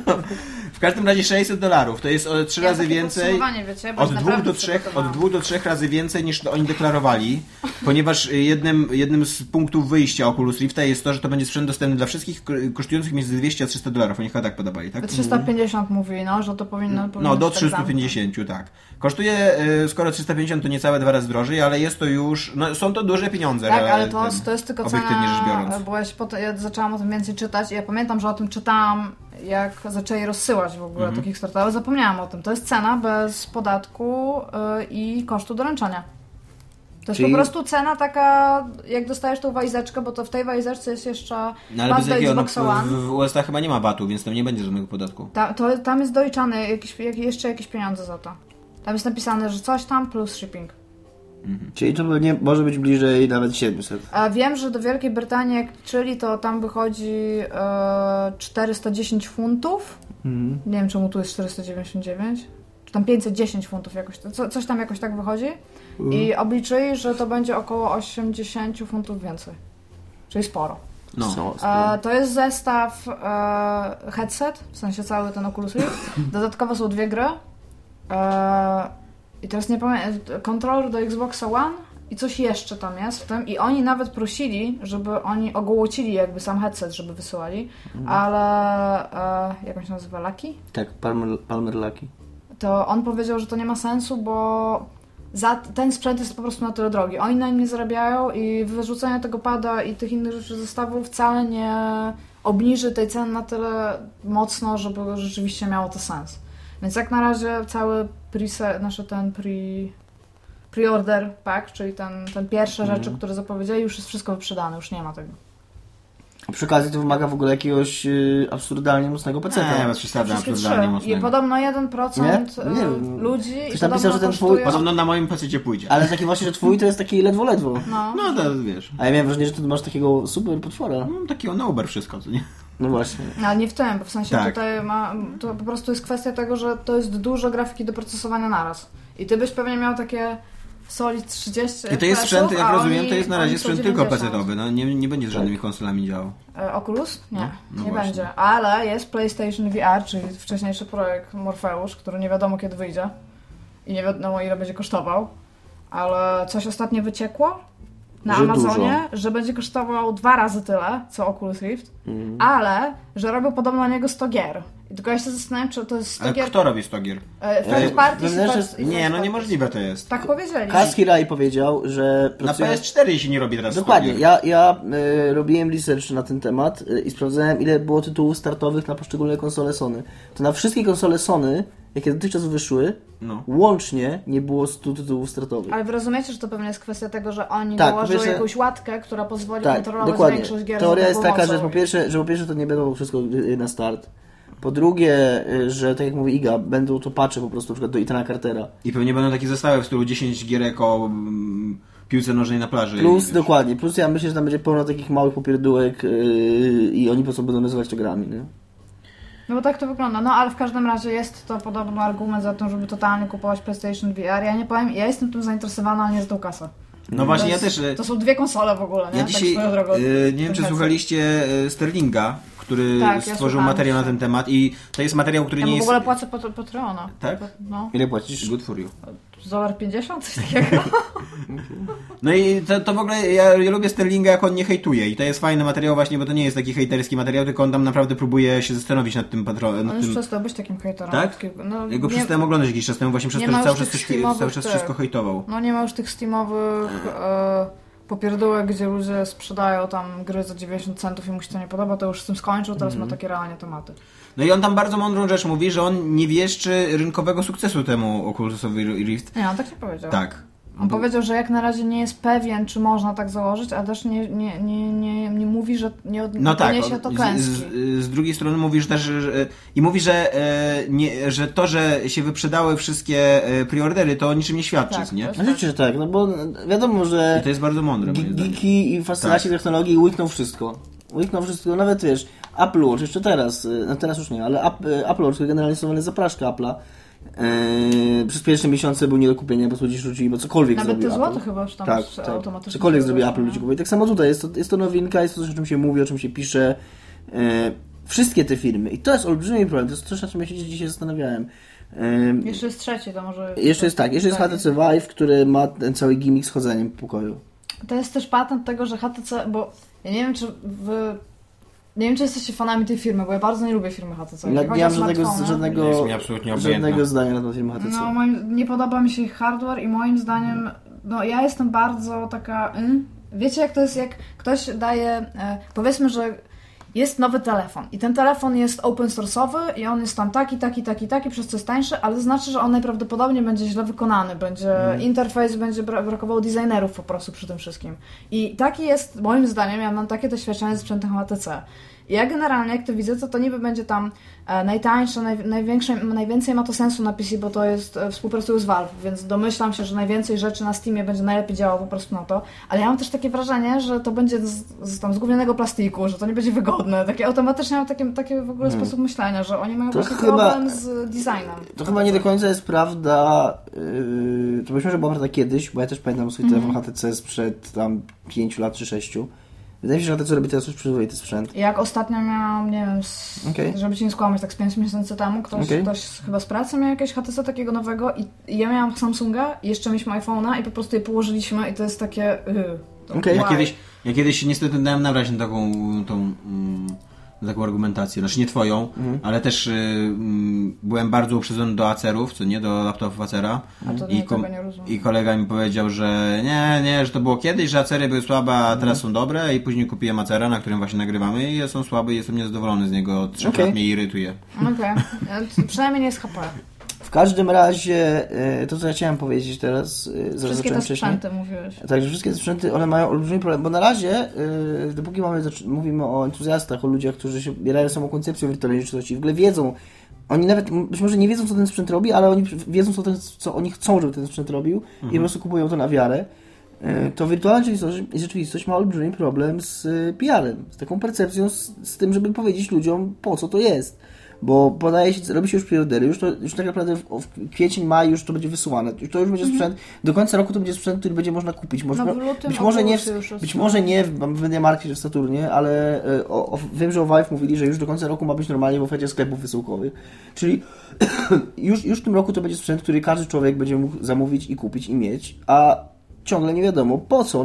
W każdym razie sześćset dolarów. To jest o trzy razy więcej. Wiecie, od, dwóch do trzech, od dwóch do trzech razy więcej niż oni deklarowali, ponieważ jednym, jednym z punktów wyjścia Oculus Rifta jest to, że to będzie sprzęt dostępny dla wszystkich, kosztujących między dwieście a trzysta dolarów. Oni chyba tak podawali, tak? trzysta pięćdziesiąt mówi, no, że to powinno, powinno No, do trzysta pięćdziesiąt, tak, tak. Kosztuje, skoro trzysta pięćdziesiąt, to niecałe dwa razy drożej, ale jest to już, no są to duże pieniądze. Tak, ale to, to jest tylko obiektywnie cena, rzecz biorąc. Bo ja, się potem, ja zaczęłam o tym więcej czytać i ja pamiętam, że o tym czytałam, jak zaczęli rozsyłać w ogóle mm-hmm. takich startów, ale zapomniałam o tym. To jest cena bez podatku yy, i kosztu doręczenia. To jest Czyli... po prostu cena taka, jak dostajesz tą walizeczkę, bo to w tej walizeczce jest jeszcze no, ale bez jakiego, no, w, w U S A chyba nie ma batu, więc tam nie będzie żadnego podatku. Ta, to, tam jest doliczane jakieś, jak, jeszcze jakieś pieniądze za to. Tam jest napisane, że coś tam plus shipping. Mhm. Czyli to nie, może być bliżej nawet siedemset. A wiem, że do Wielkiej Brytanii, jak czyli to tam wychodzi e, czterysta dziesięć funtów. Mhm. Nie wiem, czemu tu jest czterysta dziewięćdziesiąt dziewięć. Czy tam pięćset dziesięć funtów jakoś. Co, coś tam jakoś tak wychodzi. Mhm. I obliczyli, że to będzie około osiemdziesiąt funtów więcej. Czyli sporo. No. E, to jest zestaw e, headset, w sensie cały ten Oculus Rift. Dodatkowo są dwie gry. E, I teraz nie pamiętam, kontroler do Xboxa One i coś jeszcze tam jest w tym. I oni nawet prosili, żeby oni ogołocili jakby sam headset, żeby wysyłali. Mhm. Ale e, jak on się nazywa? Lucky? Tak, Palmer, Palmer Lucky. To on powiedział, że to nie ma sensu, bo za ten sprzęt jest po prostu na tyle drogi. Oni na nim nie zarabiają i wyrzucenie tego pada i tych innych rzeczy zestawów wcale nie obniży tej ceny na tyle mocno, żeby rzeczywiście miało to sens. Więc jak na razie cały pre- nasz ten pre, pre-order pack, czyli ten, ten pierwsze mm. rzeczy, które zapowiedzieli, już jest wszystko wyprzedane, już nie ma tego. Przy okazji to wymaga w ogóle jakiegoś y, absurdalnie mocnego peceta. Nie, bez przesady absurdalnie mocnego. I podobno jeden procent nie? Nie. ludzi... Ktoś napisał, że ten kosztuje... twój... Podobno na moim pececie pójdzie. Ale taki właśnie, że twój to jest taki ledwo, ledwo. No, no to wiesz. A ja miałem wrażenie, że ty masz takiego super potwora. Mam takiego na Uber wszystko, co nie? No właśnie. Ale nie w tym, bo w sensie tak. tutaj ma... To po prostu jest kwestia tego, że to jest dużo grafiki do procesowania naraz. I ty byś pewnie miał takie... Solid trzydzieści I to jest sprzęt, jak rozumiem, oni, to jest na razie sprzęt tylko pecetowy. No, nie, nie będzie z żadnymi tak. konsolami działał. E, Oculus? Nie, no, no nie właśnie. będzie. Ale jest PlayStation V R, czyli wcześniejszy projekt Morpheus, który nie wiadomo kiedy wyjdzie i nie wiadomo ile będzie kosztował. Ale coś ostatnio wyciekło na że Amazonie, dużo. że będzie kosztował dwa razy tyle, co Oculus Rift, mhm. ale że robią podobno na niego sto gier. I tylko ja się zastanawiam, czy to jest sto Ale gier... kto robi sto gier? E, First Party i Wewnętrzne- first, i Nie, first no niemożliwe to jest. Tak powiedzieli. Kaz Hirai powiedział, że... Na pracuje... P S cztery się nie robi teraz Dokładnie. sto gier. Ja, ja y, robiłem research na ten temat y, i sprawdzałem, ile było tytułów startowych na poszczególne konsole Sony. To na wszystkie konsole Sony, jakie dotychczas wyszły, no. łącznie nie było stu tytułów startowych. Ale wy rozumiecie, że to pewnie jest kwestia tego, że oni Tak, dołożyły wiesz, że- jakąś łatkę, która pozwoli Tak, kontrolować dokładnie. większość gier. Teoria za jest taka, pomocą. że po pierwsze, że po pierwsze to nie będą wszystko y, na start. Po drugie, y, że tak jak mówi Iga, będą to patche po prostu na przykład do Ethana Cartera. I pewnie będą takie zestawy w stylu dziesięć gierek o mm, piłce nożnej na plaży. Plus, I, dokładnie, plus ja myślę, że tam będzie pełno takich małych popierdółek yy, i oni po prostu będą nazywać to grami, nie? No bo tak to wygląda. No ale w każdym razie jest to podobno argument za to, żeby totalnie kupować PlayStation V R. Ja nie powiem, ja jestem tym zainteresowana, ale nie z tą kasę. No właśnie, jest, ja też... To są dwie konsole w ogóle, nie? Ja dzisiaj, tak drogą, yy, nie wiem czy słuchaliście yy, Sterlinga, który tak, stworzył ja materiał na ten temat i to jest materiał, który ja nie w jest... ogóle płacę po Patreona. Tak? No. Ile płacisz? Good for you. Dolar pięćdziesiąt? Coś takiego. No i to, to w ogóle, ja, ja lubię Sterlinga, jak on nie hejtuje i to jest fajny materiał właśnie, bo to nie jest taki hejterski materiał, tylko on tam naprawdę próbuje się zastanowić nad tym patronem. On już przestał być takim hejterem. Tak? No, Ja go nie, przestałem oglądać jakiś czas temu właśnie przez nie to, ma że cały już czas, tych coś, steamowych cały czas tych. wszystko hejtował. No nie ma już tych steamowych e, popierdółek, gdzie ludzie sprzedają tam gry za dziewięćdziesiąt centów i mu się to nie podoba, to już z tym skończył, teraz mm. ma takie realnie tematy. No i on tam bardzo mądrą rzecz mówi, że on nie wieszczy rynkowego sukcesu temu Oculusowi Rift. Nie, on tak nie powiedział. Tak. On bo... powiedział, że jak na razie nie jest pewien, czy można tak założyć, a też nie, nie, nie, nie, nie mówi, że nie od... no tak, niesie to klęski. Z, z, z drugiej strony mówi, że też że, i mówi, że, e, nie, że to, że się wyprzedały wszystkie e, preordery, to o niczym nie świadczy, tak, nie? Oczywiście, że tak, no bo wiadomo, że I to jest bardzo mądre. G- geeki i fascynaci tak. technologii łykną wszystko. Łykną wszystko, nawet wiesz, Apple Watch, jeszcze teraz, no teraz już nie, ale Apple Watch, który generalnie jest zapraszka Apple'a, Eee, przez pierwsze miesiące był nie do kupienia, bo ludzie rzucili, bo cokolwiek nawet zrobił te Apple. złote chyba już tam tak, już tak. automatycznie. Cokolwiek zrobi Apple, ludzie kupują. Tak samo tutaj, jest to, jest to nowinka, jest to coś, o czym się mówi, o czym się pisze. Eee, wszystkie te firmy, i to jest olbrzymi problem, to jest coś, na czym ja się dzisiaj zastanawiałem. Eee, jeszcze jest trzeci, to może... Jeszcze jest tak, jeszcze jest H T C Vive, który ma ten cały gimmick z chodzeniem po pokoju. To jest też patent tego, że H T C, bo ja nie wiem, czy wy... Nie wiem, czy jesteście fanami tej firmy, bo ja bardzo nie lubię firmy H T C. Ja nie mam żadnego, żadnego, jest mi absolutnie żadnego zdania na temat firmy H T C. No, moim, nie podoba mi się ich hardware i moim zdaniem, no ja jestem bardzo taka... Mm, wiecie, jak to jest, jak ktoś daje... E, powiedzmy, że jest nowy telefon i ten telefon jest open source'owy i on jest tam taki, taki, taki, taki, przez co jest tańszy, ale to znaczy, że on najprawdopodobniej będzie źle wykonany, będzie mm. interfejs, będzie bra- brakowało designerów po prostu przy tym wszystkim. I taki jest, moim zdaniem, ja mam takie doświadczenie ze sprzętem H T C. I ja generalnie, jak to widzę, to to niby będzie tam e, najtańsze, naj, największe, najwięcej ma to sensu na P C, bo to jest, e, współpracuje z Valve, więc domyślam się, że najwięcej rzeczy na Steamie będzie najlepiej działało po prostu na to, ale ja mam też takie wrażenie, że to będzie z, z tam zgówionego plastiku, że to nie będzie wygodne, takie automatycznie mam taki, taki w ogóle hmm. sposób myślenia, że oni mają właśnie problem z designem. To chyba nie do końca jest prawda, yy, to być może była prawda kiedyś, bo ja też pamiętam swój mm-hmm. telefon H T C sprzed tam pięciu lat czy sześciu. Wydaje mi się, że to co robi teraz już przyzwoity sprzęt. Jak ostatnio miałam, nie wiem, z, okay. żeby ci nie skłamać, tak z pięć miesięcy temu, ktoś, okay. ktoś chyba z pracy miał jakieś H T C takiego nowego i, i ja miałam Samsunga i jeszcze mieliśmy iPhone'a i po prostu je położyliśmy i to jest takie... Yy, okay. ja, kiedyś, ja kiedyś niestety dałem nabrać na taką tą, um, na taką argumentację, znaczy nie twoją, mhm. ale też y, y, byłem bardzo uprzedzony do Acerów, co nie, do laptopów Acera. A to I, nie, kom- nie rozumiem. I kolega mi powiedział, że nie, nie, że to było kiedyś, że Acery były słabe, a teraz mhm. są dobre i później kupiłem Acera, na którym właśnie nagrywamy i są słabe i jestem niezadowolony z niego, od trzech okay. lat mnie irytuje. Okej, okay. Przynajmniej nie jest H P. W każdym razie, to co ja chciałem powiedzieć teraz, wszystkie te sprzęty mówiłeś. Także wszystkie te sprzęty, one mają olbrzymi problem, bo na razie, dopóki mamy, mówimy o entuzjastach, o ludziach, którzy się bierają samą koncepcją wirtualnej rzeczywistości, w ogóle wiedzą, oni nawet, być może nie wiedzą, co ten sprzęt robi, ale oni wiedzą, co, ten, co oni chcą, żeby ten sprzęt robił mhm. i po prostu kupują to na wiarę, to wirtualna rzeczywistość, rzeczywistość ma olbrzymi problem z P R-em, z taką percepcją, z, z tym, żeby powiedzieć ludziom, po co to jest. Bo podaje się, robi się już preordery, już, to, już tak naprawdę w, w kwiecień, maj już to będzie wysyłane. Już to już będzie sprzęt, do końca roku to będzie sprzęt, który będzie można kupić. Może, no, być może nie, w, być może nie w MediaMarkcie czy w Saturnie, ale o, o, wiem, że o Vive mówili, że już do końca roku ma być normalnie w ofercie sklepów wysyłkowych. Czyli już, już w tym roku to będzie sprzęt, który każdy człowiek będzie mógł zamówić i kupić i mieć, a ciągle nie wiadomo po co.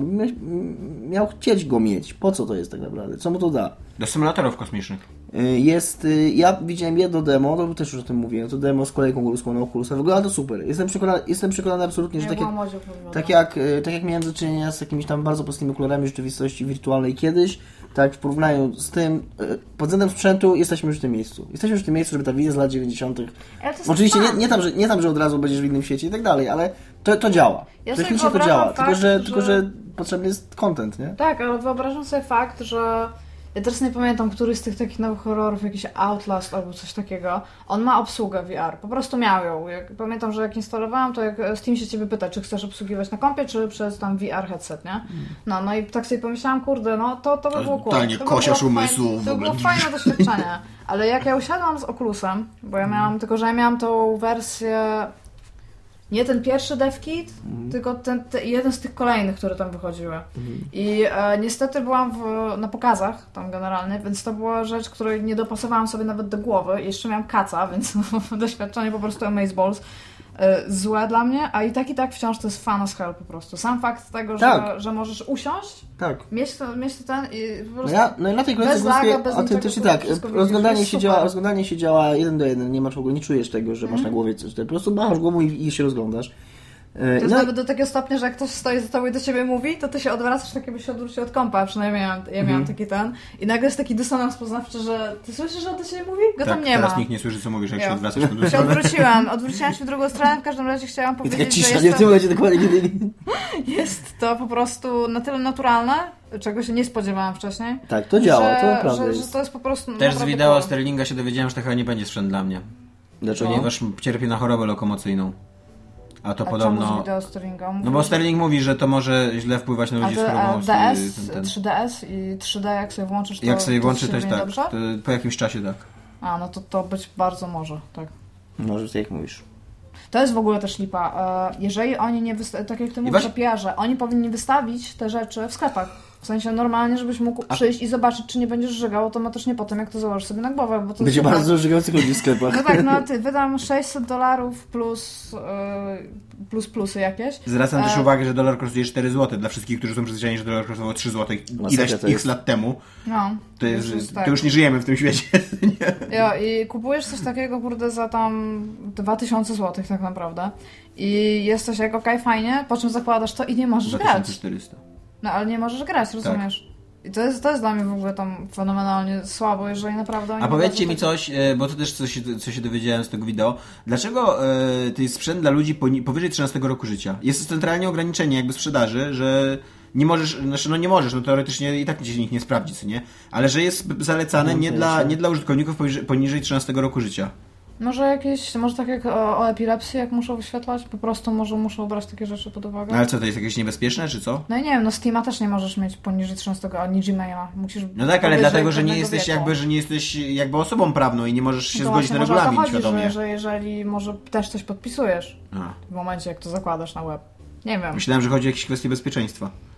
Miał chcieć go mieć. Po co to jest tak naprawdę? Co mu to da? Do symulatorów kosmicznych. Jest, ja widziałem jedno demo, to też już o tym mówiłem, to demo z kolejką górską na Oculusa, wygląda to super. Jestem przekonany, jestem przekonany absolutnie, że tak jak, tak, jak, tak jak miałem do czynienia z jakimiś tam bardzo prostymi okularami rzeczywistości wirtualnej kiedyś, tak w porównaniu z tym, pod względem sprzętu jesteśmy już w tym miejscu. Jesteśmy już w tym miejscu, żeby ta wizja z lat dziewięćdziesiątych. Oczywiście nie, nie, tam, że, nie tam, że od razu będziesz w innym świecie i tak dalej, ale to, to działa. Ja technicznie to działa, fakt, tylko, że, że... tylko że potrzebny jest content, nie? Tak, ale wyobrażam sobie fakt, że ja teraz nie pamiętam, który z tych takich nowych horrorów, jakiś Outlast albo coś takiego, on ma obsługę V R, po prostu miał ją. Jak, pamiętam, że jak instalowałam, to jak Steam się ciebie pyta, czy chcesz obsługiwać na kompie, czy przez tam V R headset, nie? No, no i tak sobie pomyślałam, kurde, no to, to by było cool. Totalnie kosiarz umysłu. To by było fajne doświadczenie. Ale jak ja usiadłam z Oculusem, bo ja miałam, tylko że ja miałam tą wersję, nie ten pierwszy DevKit, mhm. tylko ten, ten, jeden z tych kolejnych, które tam wychodziły. Mhm. I e, niestety byłam w, na pokazach tam generalnie, więc to była rzecz, której nie dopasowałam sobie nawet do głowy. Jeszcze miałam kaca, więc doświadczenie po prostu Amazeballs e, złe dla mnie, a i tak i tak wciąż to jest fun as hell po prostu. Sam fakt tego, tak. że, że możesz usiąść, tak. mieć, to, mieć ten i po prostu no, ja, no i na tej kolejce autentycznie tak, rozglądanie się, działa, rozglądanie się działa jeden do jeden, nie masz w ogóle, nie czujesz tego, że mm. masz na głowie coś, po prostu machasz głową i, i się rozglądasz. To jest no. nawet do takiego stopnia, że jak ktoś stoi za tobą i do ciebie mówi, to ty się odwracasz, tak jakby się odwrócił od kompa, przynajmniej ja, ja miałam mm. taki ten. I nagle jest taki dysonans poznawczy, że ty słyszysz, że on do ciebie mówi? Go tak, tam nie teraz ma. nikt nie słyszy, co mówisz, jak jo. się odwracasz w drugą stronę. się odwróciłam, odwróciłam się w drugą stronę, w każdym razie chciałam powiedzieć, I taka cisza, że jest nie to, w tym momencie dokładnie kiedy... jest to po prostu na tyle naturalne, czego się nie spodziewałam wcześniej. Tak, to działa, że, to naprawdę że, jest. że to jest po prostu... Też z wideo Sterlinga się dowiedziałem, że to chyba nie będzie sprzęt dla mnie. Dlaczego? Ponieważ cierpię na chorobę lokomocyjną. A to a podobno. Czemu no bo Sterling mówi, że to może źle wpływać na ludzi z chorobą. D S, ten, ten. trzy D S i trzy D jak sobie włączysz, to jak sobie to włączy, to jest tak. dobrze? To po jakimś czasie tak. A, no to to być bardzo może, tak. Może, jak mówisz. To jest w ogóle też lipa. Jeżeli oni nie wystawią, tak jak ty mówisz o P R-ze, oni powinni wystawić te rzeczy w sklepach. W sensie normalnie, żebyś mógł A. przyjść i zobaczyć, czy nie będziesz żygał automatycznie po tym, jak to założysz sobie na głowę. Bo to będzie super. Bardzo żygających ludzi w sklepach. No tak, no ty wydam sześćset dolarów plus, yy, plus plusy jakieś. Zwracam e... też uwagę, że dolar kosztuje cztery złote. Dla wszystkich, którzy są przyzwyczajeni, że dolar kosztował trzy złote ileś x lat temu. No. To, jest, jest tak. to już nie żyjemy w tym świecie. Jo, i kupujesz coś takiego, kurde, za tam dwa tysiące złotych tak naprawdę. I jest coś jak okej, okay, fajnie, po czym zakładasz to i nie możesz grać. dwa tysiące czterysta. No, ale nie możesz grać, rozumiesz? Tak. I to jest, to jest dla mnie w ogóle tam fenomenalnie słabo, jeżeli naprawdę... A powiedzcie mi coś, bo to też coś, co się dowiedziałem z tego wideo. Dlaczego e, to jest sprzęt dla ludzi powyżej trzynastego roku życia? Jest to centralnie ograniczenie jakby sprzedaży, że nie możesz, znaczy no nie możesz, no teoretycznie i tak cię nikt nie sprawdzi, co nie? Ale że jest zalecane no, nie, dla, nie dla użytkowników poniżej, poniżej trzynastego roku życia. Może jakieś, może tak jak o, o epilepsji, jak muszą wyświetlać, po prostu może muszą brać takie rzeczy pod uwagę. No ale co, to jest jakieś niebezpieczne, czy co? No i nie wiem, no Steama też nie możesz mieć poniżej trzynastego, ani Gmaila. Musisz no tak, ale dlatego, że nie jesteś wieku. jakby, że nie jesteś jakby osobą prawną i nie możesz się no zgodzić na regulamin chodzi, świadomie. Że, że jeżeli może też coś podpisujesz A. w momencie, jak to zakładasz na web. Nie wiem. Myślałem, że chodzi o jakieś kwestie bezpieczeństwa.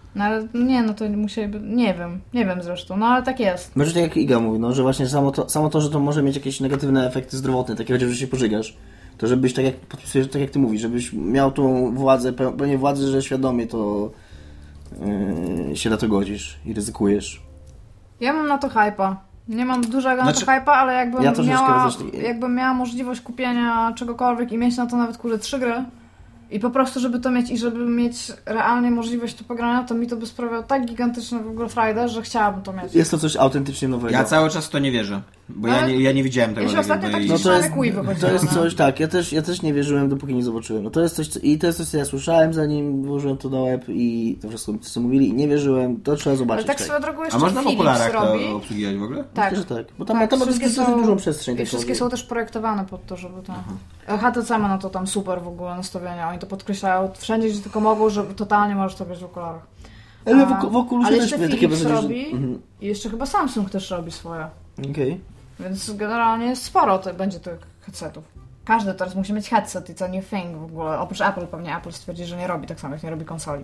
No ale nie, no to musieliby... Nie wiem, nie wiem zresztą, no ale tak jest. Może tak jak Iga mówi, no, że właśnie samo to, samo to, że to może mieć jakieś negatywne efekty zdrowotne, takie chociaż, że się pożygasz, to żebyś tak jak podpisujesz, tak jak ty mówisz, żebyś miał tą władzę, pełnię władzy, że świadomie to yy, się na to godzisz i ryzykujesz. Ja mam na to hype'a. Nie mam dużego znaczy, na to hype'a, ale jakbym, ja miała, jakbym miała możliwość kupienia czegokolwiek i mieć na to nawet kurde trzy gry i po prostu, żeby to mieć i żeby mieć realnie możliwość to pogrania, to mi to by sprawiało tak gigantyczne w ogóle frajdę, że chciałabym to mieć. Jest to coś autentycznie nowego. Ja cały czas w to nie wierzę, bo ja nie, ja nie widziałem tego. Ja się ostatnio taki no to jest, wychodziło. To jest coś, tak, ja też, ja też nie wierzyłem, dopóki nie zobaczyłem. No to jest coś, i to jest coś, co ja słyszałem, zanim włożyłem to na web i to wszystko, co mówili i nie wierzyłem, to trzeba zobaczyć. Ale tak swoją drogą jeszcze A można Philips w okularach robi. to obsługiwać w ogóle? Tak. Myślę, że tak, bo tam, tak, tam ma wszystkie są, dużą przestrzeń. I wszystkie są też projektowane pod to, żeby to... H T C ma na to tam super w ogóle nastawienia, oni to podkreślają wszędzie, gdzie tylko mogą, że totalnie możesz to być w okularach. Ale w, w Oculusie ale też jeszcze takie Philips wrażenie, robi że... mhm. i jeszcze chyba Samsung też robi swoje. Okej. Okay. Więc generalnie sporo to będzie tych headsetów. Każdy teraz musi mieć headset i co new thing w ogóle. Oprócz Apple pewnie Apple stwierdzi, że nie robi tak samo jak nie robi konsoli.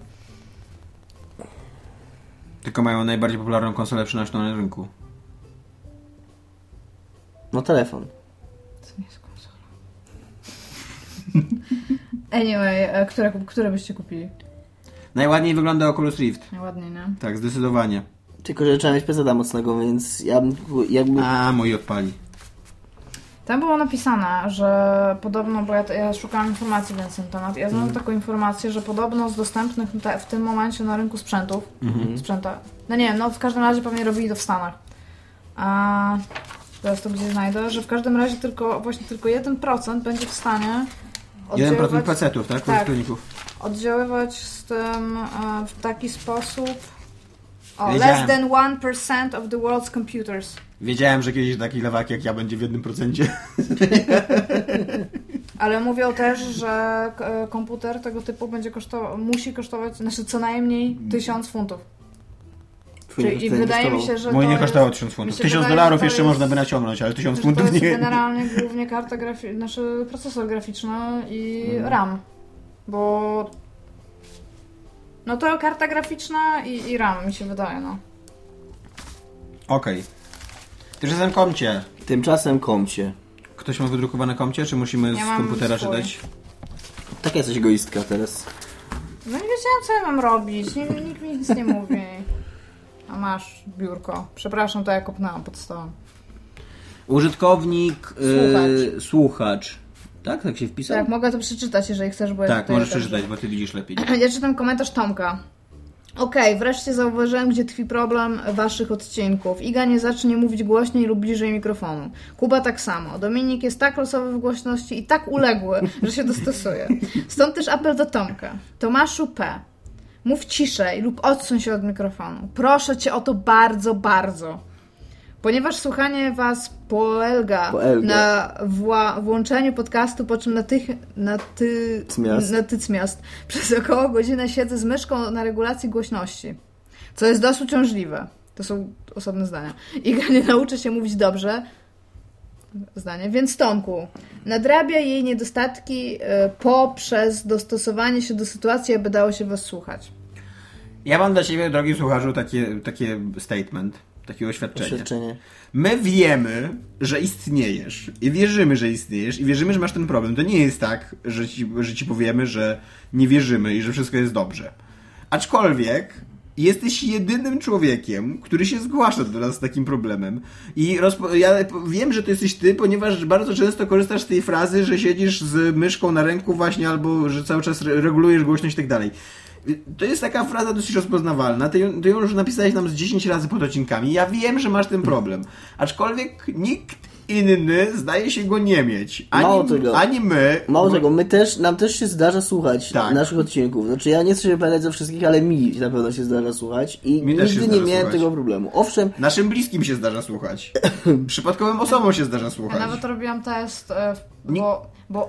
Tylko mają najbardziej popularną konsolę przynośną na rynku. No telefon. To nie jest konsola. Anyway, które, które byście kupili? Najładniej wygląda Oculus Rift. Najładniej, nie? Tak, zdecydowanie. Tylko, że trzeba mieć P C mocnego, więc ja bym... Jakby... A, mój odpali. Tam było napisane, że podobno, bo ja, ja szukałam informacji na ten temat, ja znam mm. taką informację, że podobno z dostępnych te, w tym momencie na rynku sprzętów, mm-hmm. sprzęta, no nie wiem, no w każdym razie pewnie robili to w Stanach. A teraz to gdzieś znajdę, że w każdym razie tylko, właśnie tylko jeden procent będzie w stanie jeden procent pecetów, tak? Tak, oddziaływać z tym e, w taki sposób. O, less than one percent of the world's computers. Wiedziałem, że kiedyś taki lewak jak ja będzie w jednym procencie. Ale mówią też, że komputer tego typu będzie kosztował, musi kosztować, znaczy co najmniej tysiąc funtów. Czyli, I wydaje mi się, że Mój to nie kosztowało jest, tysiąc funtów. Tysiąc dolarów jeszcze jest, można by naciągnąć, ale tysiąc funtów to jest nie. generalnie głównie karta graficzna, znaczy procesor graficzny i hmm. RAM. Bo no to karta graficzna i, i RAM mi się wydaje, no. Okej. Okay. Tymczasem komcie. Tymczasem komcie. Ktoś ma wydrukowane komcie, czy musimy ja z komputera swój. czytać? Tak jesteś egoistka teraz. No nie wiedziałam, co ja mam robić. Nie, nikt mi nic nie mówi. A masz biurko. Przepraszam, to ja kopnęłam pod stołem. Użytkownik, słuchacz. Yy, słuchacz. Tak? Tak się wpisał? Tak, mogę to przeczytać, jeżeli chcesz, bo tak, ja tutaj możesz też... przeczytać, bo ty widzisz lepiej. Ja czytam komentarz Tomka. Okej, okay, wreszcie zauważyłem, gdzie tkwi problem waszych odcinków. Iga nie zacznie mówić głośniej lub bliżej mikrofonu. Kuba tak samo. Dominik jest tak losowy w głośności i tak uległy, że się dostosuje. Stąd też apel do Tomka. Tomaszu P. Mów ciszej lub odsuń się od mikrofonu. Proszę cię o to bardzo, bardzo. Ponieważ słuchanie was polega, polega. na wła- włączeniu podcastu, po czym natych, naty, natychmiast przez około godzinę siedzę z myszką na regulacji głośności, co jest dosyć uciążliwe. To są osobne zdania. Iga nie nauczy się mówić dobrze, zdanie, więc Tomku, nadrabia jej niedostatki y, poprzez dostosowanie się do sytuacji, aby dało się was słuchać. Ja mam dla ciebie, drogi słuchaczu, takie, takie statement. Takie oświadczenie. oświadczenie. My wiemy, że istniejesz i wierzymy, że istniejesz i wierzymy, że masz ten problem. To nie jest tak, że ci, że ci powiemy, że nie wierzymy i że wszystko jest dobrze. Aczkolwiek jesteś jedynym człowiekiem, który się zgłasza do nas z takim problemem. I rozpo- ja wiem, że to jesteś ty, ponieważ bardzo często korzystasz z tej frazy, że siedzisz z myszką na ręku właśnie albo że cały czas regulujesz głośność i tak dalej. To jest taka fraza dosyć rozpoznawalna. Ty ją, ty ją już napisałeś nam z dziesięć razy pod odcinkami. Ja wiem, że masz ten problem. Aczkolwiek nikt inny zdaje się go nie mieć. Ani, Mało tego. ani my. Mało bo... tego, my też, nam też się zdarza słuchać tak. naszych odcinków. Znaczy ja nie chcę się pamiętać ze wszystkich, ale mi na pewno się zdarza słuchać i mi nigdy nie miałem słuchać. tego problemu. Owszem. Naszym bliskim się zdarza słuchać. Przypadkowym osobom się zdarza słuchać. Ja nawet robiłam test, bo... bo...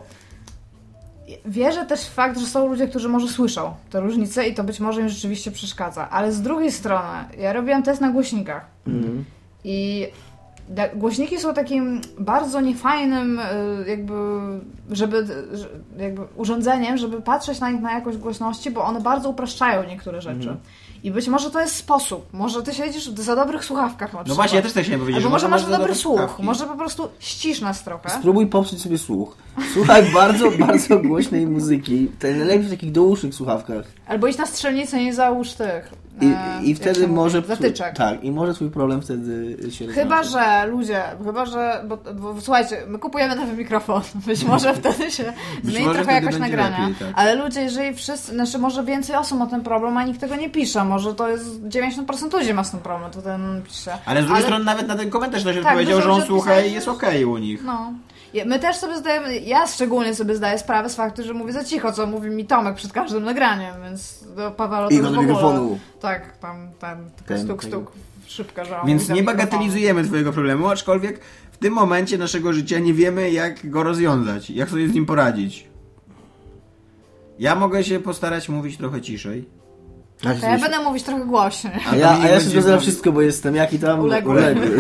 Wierzę też w fakt, że są ludzie, którzy może słyszą te różnice i to być może im rzeczywiście przeszkadza. Ale z drugiej strony, ja robiłam test na głośnikach. Mm. I głośniki są takim bardzo niefajnym jakby, żeby, jakby urządzeniem, żeby patrzeć na nich na jakość głośności, bo one bardzo upraszczają niektóre rzeczy. Mm. I być może to jest sposób. Może ty siedzisz za dobrych słuchawkach na przykład. No właśnie, ja też tak chciałem powiedzieć. Albo może masz dobry słuch. słuchawki. Może po prostu ścisz nas trochę. Spróbuj popsuć sobie słuch. Słuchaj bardzo, bardzo głośnej muzyki. Najlepiej w takich dousznych słuchawkach. Albo idź na strzelnicę i nie załóż tych. I, i wtedy może... Zatyczek. Tak, i może twój problem wtedy się Chyba, rozwiąże. że ludzie, chyba, że... Bo, bo, słuchajcie, my kupujemy nowy mikrofon. Być może wtedy się zmieni trochę jakość nagrania. Lepiej, tak. Ale ludzie, jeżeli wszyscy... Znaczy może więcej osób ma ten problem, a nikt tego nie pisze. Może to jest dziewięćdziesiąt procent ludzi ma z tym problem, to ten pisze. Ale z drugiej Ale... strony nawet na ten komentarz ktoś tak, powiedział, że on słucha i jest okej okay u nich. No. My też sobie zdajemy, ja szczególnie sobie zdaję sprawę z faktu, że mówię za cicho, co mówi mi Tomek przed każdym nagraniem, więc do Pawła to I do mikrofonu. Tak, tam, tam ten, stuk, stuk, szybka, że Więc nie bagatelizujemy twojego problemu, aczkolwiek w tym momencie naszego życia nie wiemy, jak go rozwiązać, jak sobie z nim poradzić. Ja mogę się postarać mówić trochę ciszej. To ja będę mówić trochę głośniej. A ja, a ja się zgodzę na wszystko, bo jestem jaki tam uległy. uległy.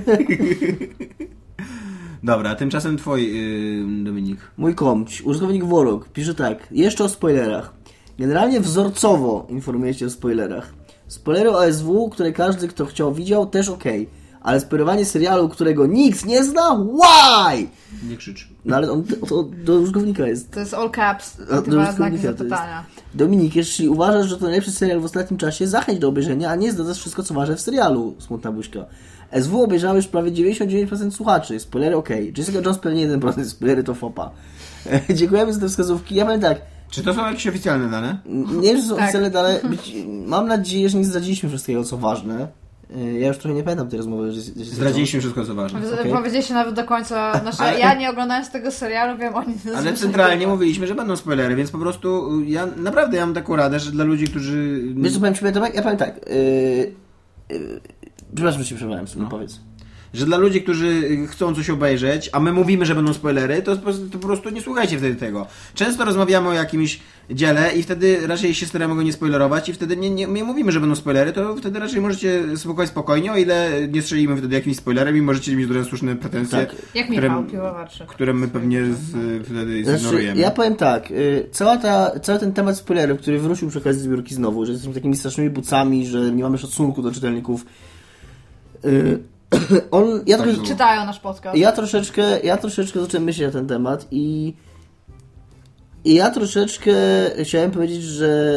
Dobra, a tymczasem twój, yy, Dominik. Mój komć, użytkownik Worok, pisze tak. Jeszcze o spoilerach. Generalnie wzorcowo informujecie o spoilerach. Spoilery o S W, które każdy, kto chciał, widział, też okej. Okay. Ale spoilerowanie serialu, którego nikt nie zna, why? Nie krzycz. No ale on to, to do użytkownika jest. To jest all caps, a to ma znaki zapytania. Dominik, jeśli uważasz, że to najlepszy serial w ostatnim czasie, zachęć do obejrzenia, a nie zdradzasz wszystko, co ważne w serialu. Smutna buźka. S W obejrzało już prawie dziewięćdziesiąt dziewięć procent słuchaczy. Spoilery okej. Okay. Jessica Jones pewnie jeden procent. Spoilery to fopa. Dziękujemy za te wskazówki. Ja powiem tak. Czy to są jakieś oficjalne dane? Nie wiem, że są tak. oficjalne dane. Być, mam nadzieję, że nie zdradziliśmy wszystkiego, co ważne. Ja już trochę nie pamiętam tej rozmowy. Że, że Zdradziliśmy wszystko, co ważne. Okay. Powiedzieliście nawet do końca. Znaczy, ale... Ja nie oglądając tego serialu, wiem o nim. Ale centralnie mówiliśmy, że będą spoilery, więc po prostu ja naprawdę ja mam taką radę, że dla ludzi, którzy... Wiesz co, powiem ci, ja powiem tak. Yy, yy, przepraszam, że się przerwałem, no. powiedz. Że dla ludzi, którzy chcą coś obejrzeć, a my mówimy, że będą spoilery, to, to po prostu nie słuchajcie wtedy tego. Często rozmawiamy o jakimś dziele i wtedy raczej się staramy go nie spoilerować i wtedy nie, nie, nie mówimy, że będą spoilery, to wtedy raczej możecie spokojnie, spokojnie, o ile nie strzelimy wtedy jakimś spoilerem i możecie mieć do nas słuszne pretensje, tak. Jak które, które my pewnie z, wtedy zignorujemy. Znaczy, ja powiem tak, y, cała ta, cały ten temat spoilerów, który wrócił przy okazji zbiórki znowu, że jesteśmy takimi strasznymi bucami, że nie mamy szacunku do czytelników. Y, On, ja tak trochę, czytają nasz podcast. Ja troszeczkę, ja troszeczkę zacząłem myśleć na ten temat i, i ja troszeczkę chciałem powiedzieć, że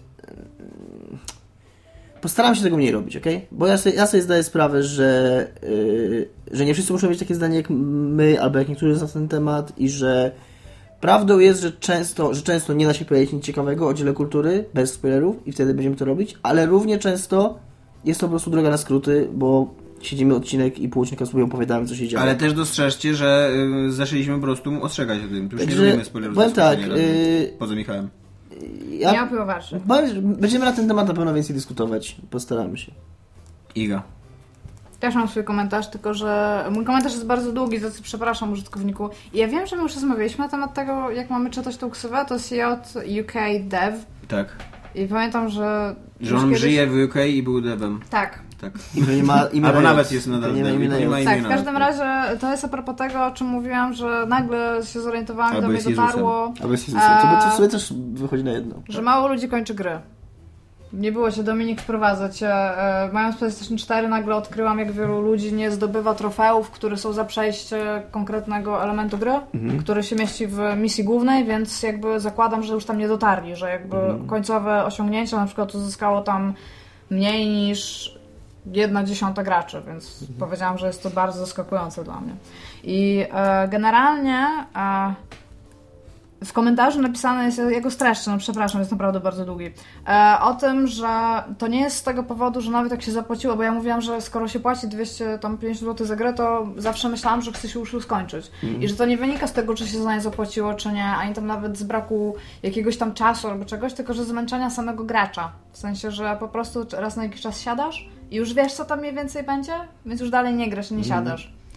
postaram się tego mniej robić, okej? Okay? Bo ja sobie, ja sobie zdaję sprawę, że, yy, że nie wszyscy muszą mieć takie zdanie jak my, albo jak niektórzy na ten temat i że prawdą jest, że często, że często nie da się powiedzieć nic ciekawego o dziele kultury bez spoilerów i wtedy będziemy to robić, ale równie często jest to po prostu droga na skróty, bo siedzimy odcinek i pół odcinka sobie opowiadamy, co się działo. Ale też dostrzeżcie, że y, zaczęliśmy po prostu ostrzegać o tym. Tu już Także, nie robimy spoilerów. Powiem tak. Yy, poza Michałem. Ja, nie opływasz. Będziemy na ten temat na pewno więcej dyskutować. Postaramy się. Iga. Też mam swój komentarz, tylko że mój komentarz jest bardzo długi, za co przepraszam użytkowniku. I ja wiem, że my już rozmawialiśmy na temat tego, jak mamy czytać tą ksywę, to jest J U K Dev. Tak. I pamiętam, że... Że on kiedyś... żyje w U K i był devem. Tak. Tak. I nie ma imienia. Albo nawet jest nadal nie ma imienia. Tak, w każdym razie to jest a propos tego, o czym mówiłam, że nagle się zorientowałam, Albo do mnie dotarło. Albo jest Jezusem. To, to sobie też wychodzi na jedno. Że tak. Mało ludzi kończy gry. Nie było się Dominik wprowadzać. E, mając PlayStation cztery nagle odkryłam, jak wielu ludzi nie zdobywa trofeów, które są za przejście konkretnego elementu gry, mhm. który się mieści w misji głównej, więc jakby zakładam, że już tam nie dotarli, że jakby mhm. końcowe osiągnięcia na przykład uzyskało tam mniej niż jedna dziesiąta graczy, więc mhm. powiedziałam, że jest to bardzo zaskakujące dla mnie. I e, generalnie e, w komentarzu napisane jest, ja go streszczę, no przepraszam, jest naprawdę bardzo długi, e, o tym, że to nie jest z tego powodu, że nawet jak się zapłaciło, bo ja mówiłam, że skoro się płaci dwieście pięćdziesiąt złotych za grę, to zawsze myślałam, że chce się już skończyć. Mm. I że to nie wynika z tego, czy się za nie zapłaciło, czy nie, ani tam nawet z braku jakiegoś tam czasu albo czegoś, tylko że zmęczenia samego gracza. W sensie, że po prostu raz na jakiś czas siadasz i już wiesz, co tam mniej więcej będzie, więc już dalej nie grasz i nie mm. siadasz.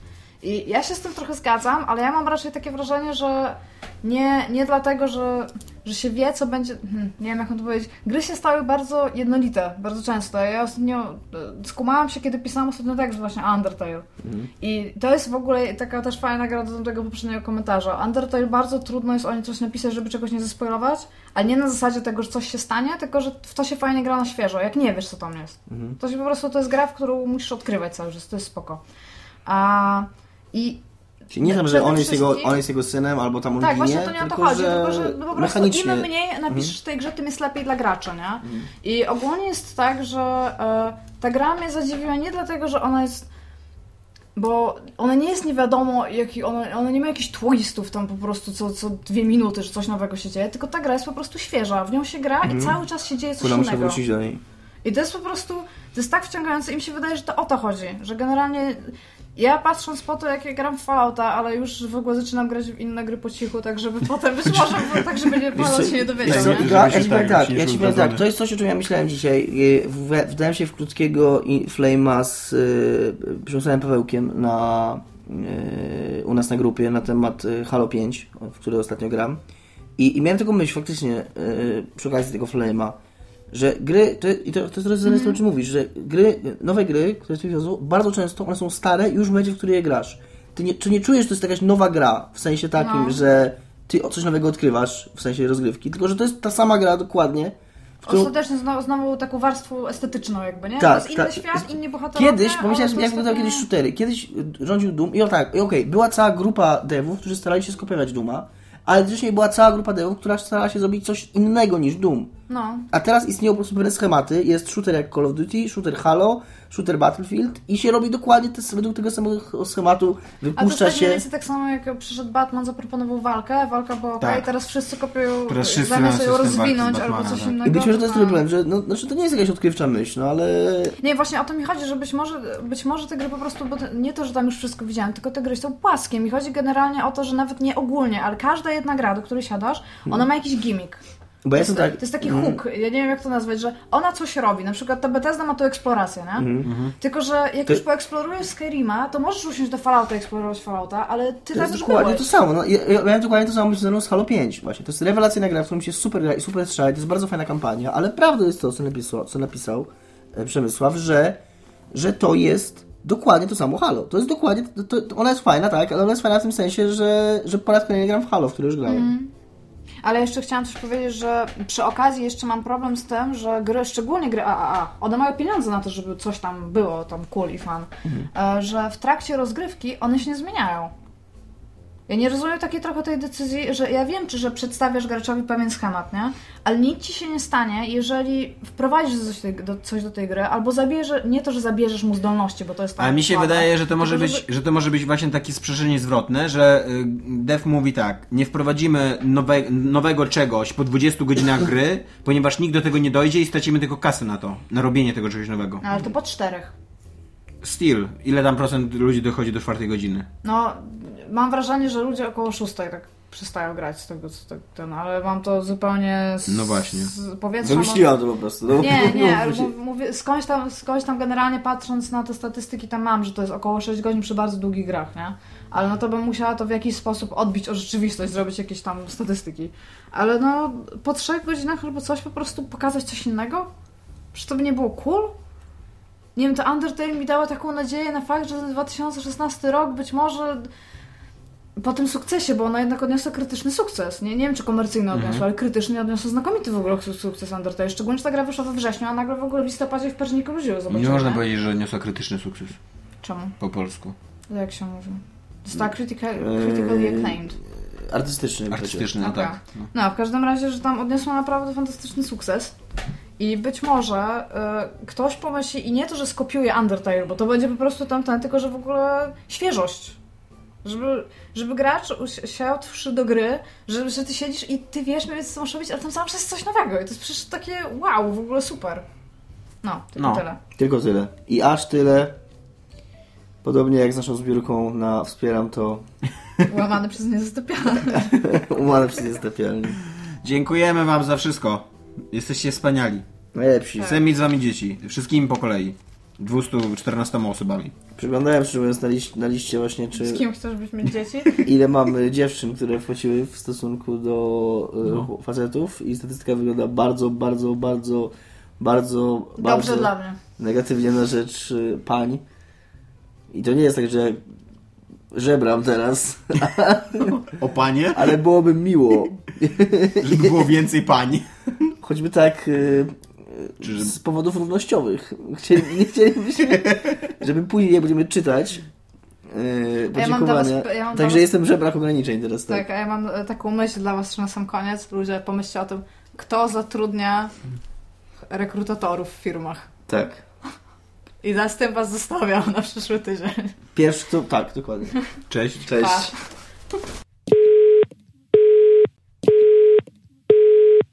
I ja się z tym trochę zgadzam, ale ja mam raczej takie wrażenie, że nie, nie dlatego, że, że się wie, co będzie... Hmm, nie wiem, jak mam to powiedzieć. Gry się stały bardzo jednolite, bardzo często. Ja ostatnio skumałam się, kiedy pisałam ostatnio tekst właśnie Undertale. Mhm. I to jest w ogóle taka też fajna gra do tego poprzedniego komentarza. Undertale bardzo trudno jest o nim coś napisać, żeby czegoś nie zaspoilować, ale nie na zasadzie tego, że coś się stanie, tylko że w to się fajnie gra na świeżo, jak nie wiesz, co tam jest. Mhm. To się po prostu, to jest gra, w którą musisz odkrywać cały czas, to jest spoko. A... I Czyli nie tam, że on jest, jego, on jest jego synem, albo tam on tak, ginie, właśnie to nie o to tylko, chodzi, że tylko że no po prostu im mniej napiszesz w tej grze, tym jest lepiej dla gracza, nie? Mhm. I ogólnie jest tak, że e, ta gra mnie zadziwiła nie dlatego, że ona jest... Bo ona nie jest nie wiadomo, jaki ona, ona nie ma jakichś twistów tam po prostu co, co dwie minuty, że coś nowego się dzieje, tylko ta gra jest po prostu świeża, w nią się gra mhm. i cały czas się dzieje coś Kula, innego. muszę wrócić do niej. I to jest po prostu, to jest tak wciągające i mi się wydaje, że to o to chodzi, że generalnie ja patrząc po to, jak ja gram w Fallouta, ale już w ogóle zaczynam grać w inne gry po cichu, tak żeby potem być może tak, żeby nie Fallout się nie dowiedział. Ja ci powiem tak, ja ci powiem tak, to jest coś, o czym ja myślałem dzisiaj. Wdałem się w krótkiego Flame'a z Przemysławem Pawełkiem na, u nas na grupie na temat Halo pięć, w której ostatnio gram. I, i miałem taką myśl faktycznie przy okazji tego Flame'a, że gry, to, i to, to jest rozwiązane z tym, o czym mówisz, że gry, nowe gry, które się wywiązują, bardzo często one są stare już w momencie, w której je grasz. Ty nie, czy nie czujesz, że to jest jakaś nowa gra, w sensie takim, no. że ty coś nowego odkrywasz, w sensie rozgrywki, tylko że to jest ta sama gra dokładnie. Którą... Ostatecznie znowu, znowu taką warstwą estetyczną jakby, nie? Tak, to jest inny tak. świat, inni bohaterowie. Kiedyś, pomyślałem, jak wyglądały kiedyś shootery, kiedyś rządził Doom i o tak, i okej, okay, była cała grupa devów, którzy starali się skopiować Dooma, ale wcześniej była cała grupa devów, która starała się zrobić coś innego niż Doom. No. A teraz istnieją po prostu pewne schematy. Jest shooter jak Call of Duty, shooter Halo, shooter Battlefield i się robi dokładnie te, według tego samego schematu. Wypuszcza A to się... jest tak samo jak przyszedł Batman, zaproponował walkę, walka była okej, okay, teraz wszyscy kopiują, teraz wszyscy zamiast ją rozwinąć albo coś tak. innego. I być może to jest problem, że no, znaczy to nie jest jakaś odkrywcza myśl, no ale... Nie, właśnie o to mi chodzi, że być może, być może te gry po prostu, bo nie to, że tam już wszystko widziałem, tylko te gry są płaskie. Mi chodzi generalnie o to, że nawet nie ogólnie, ale każda jedna gra, do której siadasz, ona ma jakiś gimmick. Bo to, ja jest, tak... to jest taki hook, ja nie wiem jak to nazwać, że ona coś robi, na przykład ta Bethesda ma tu eksplorację, nie? Mm-hmm. Tylko, że jak to... już poeksplorujesz Skyrima, to możesz usiąść do Fallouta i eksplorować Fallouta, ale ty to tak jest już dokładnie byłeś. to samo, no, ja, ja miałem dokładnie to samo myślę z Halo pięć właśnie, to jest rewelacyjna gra, w którą się super gra i super strzela, to jest bardzo fajna kampania, ale prawdą jest to, co napisał, co napisał e, Przemysław, że, że to jest dokładnie to samo Halo, to jest dokładnie, to, to, ona jest fajna, tak, ale ona jest fajna w tym sensie, że, że po raz kolejny gram w Halo, w które już grałem. Mm. Ale jeszcze chciałam coś powiedzieć, że przy okazji jeszcze mam problem z tym, że gry, szczególnie gry A A A, one mają pieniądze na to, żeby coś tam było, tam cool i fun, mhm. że w trakcie rozgrywki one się nie zmieniają. Ja nie rozumiem takiej trochę tej decyzji, że ja wiem, czy że przedstawiasz graczowi pewien schemat, nie? Ale nic ci się nie stanie, jeżeli wprowadzisz coś, tej, do, coś do tej gry, albo zabierze, nie to, że zabierzesz mu zdolności, bo to jest tam... Ale mi się słabe, wydaje, że to może żeby... być, że to może być właśnie takie sprzeczenie zwrotne, że dev mówi tak, nie wprowadzimy nowe, nowego czegoś po dwudziestu godzinach gry, ponieważ nikt do tego nie dojdzie i stracimy tylko kasę na to, na robienie tego czegoś nowego. No, ale to po czterech. Still, ile tam procent ludzi dochodzi do czwartej godziny? No, mam wrażenie, że ludzie około szóstej tak przestają grać z tego, co tak ten, ale mam to zupełnie z, no właśnie. z powietrza. Wymyśliłam to po prostu. No. Nie, nie, ale mówię, skądś tam, skądś tam generalnie patrząc na te statystyki tam mam, że to jest około sześć godzin przy bardzo długich grach, nie? Ale no to bym musiała to w jakiś sposób odbić o rzeczywistość, zrobić jakieś tam statystyki. Ale no, po trzech godzinach albo coś po prostu pokazać coś innego? Czy to by nie było cool? Nie wiem, to Undertale mi dało taką nadzieję na fakt, że ten dwa tysiące szesnasty rok być może po tym sukcesie, bo ona jednak odniosła krytyczny sukces. Nie, nie wiem, czy komercyjny odniosła, mm-hmm. ale krytyczny odniosła znakomity w ogóle sukces Undertale. Szczególnie, że ta gra wyszła we wrześniu, a nagle w ogóle w listopadzie w październiku ludzie ją zobaczyli. Nie można powiedzieć, że odniosła krytyczny sukces. Czemu? Po polsku. Jak się mówi? Została critical, critically acclaimed. Artystyczny. Artystyczny, no okay. tak. No. no, w każdym razie, że tam odniosła naprawdę fantastyczny sukces. I być może y, ktoś pomyśli, i nie to, że skopiuje Undertale, bo to będzie po prostu tamten, tylko że w ogóle świeżość. Żeby, żeby gracz siadł do gry, że, że ty siedzisz i ty wiesz, co muszę robić, ale tam zawsze jest coś nowego. I to jest przecież takie wow, w ogóle super. No, tylko no, tyle. Tylko tyle. I aż tyle. Podobnie jak z naszą zbiórką na Wspieram to... Łamane przez Niezatopialny. Łamane przez Niezatopialny. Dziękujemy wam za wszystko. Jesteście wspaniali. Najlepsi. Chcę mieć z wami dzieci. Wszystkimi po kolei. dwieście czternaście osobami. Przyglądałem się na, liś- na liście właśnie, czy... Z kim chcesz być mieć dzieci? Ile mamy dziewczyn, które wpłaciły w stosunku do no. facetów i statystyka wygląda bardzo, bardzo, bardzo, bardzo, Dobrze bardzo dla mnie. negatywnie na rzecz pań. I to nie jest tak, że żebram teraz. O panie? Ale byłoby miło. Żeby było więcej pań. Choćby tak Czy z powodów równościowych. Chcieli, nie chcielibyśmy, żeby później będziemy czytać yy, podziękowania. Ja was, ja Także was... jestem w żebrach ograniczeń teraz. Tak. tak, a ja mam taką myśl dla was na sam koniec. Ludzie, pomyślcie o tym, kto zatrudnia rekrutatorów w firmach. Tak. I za z tym was zostawiam na przyszły tydzień. Pierwszy to... Tak, dokładnie. Cześć. Cześć. Pa.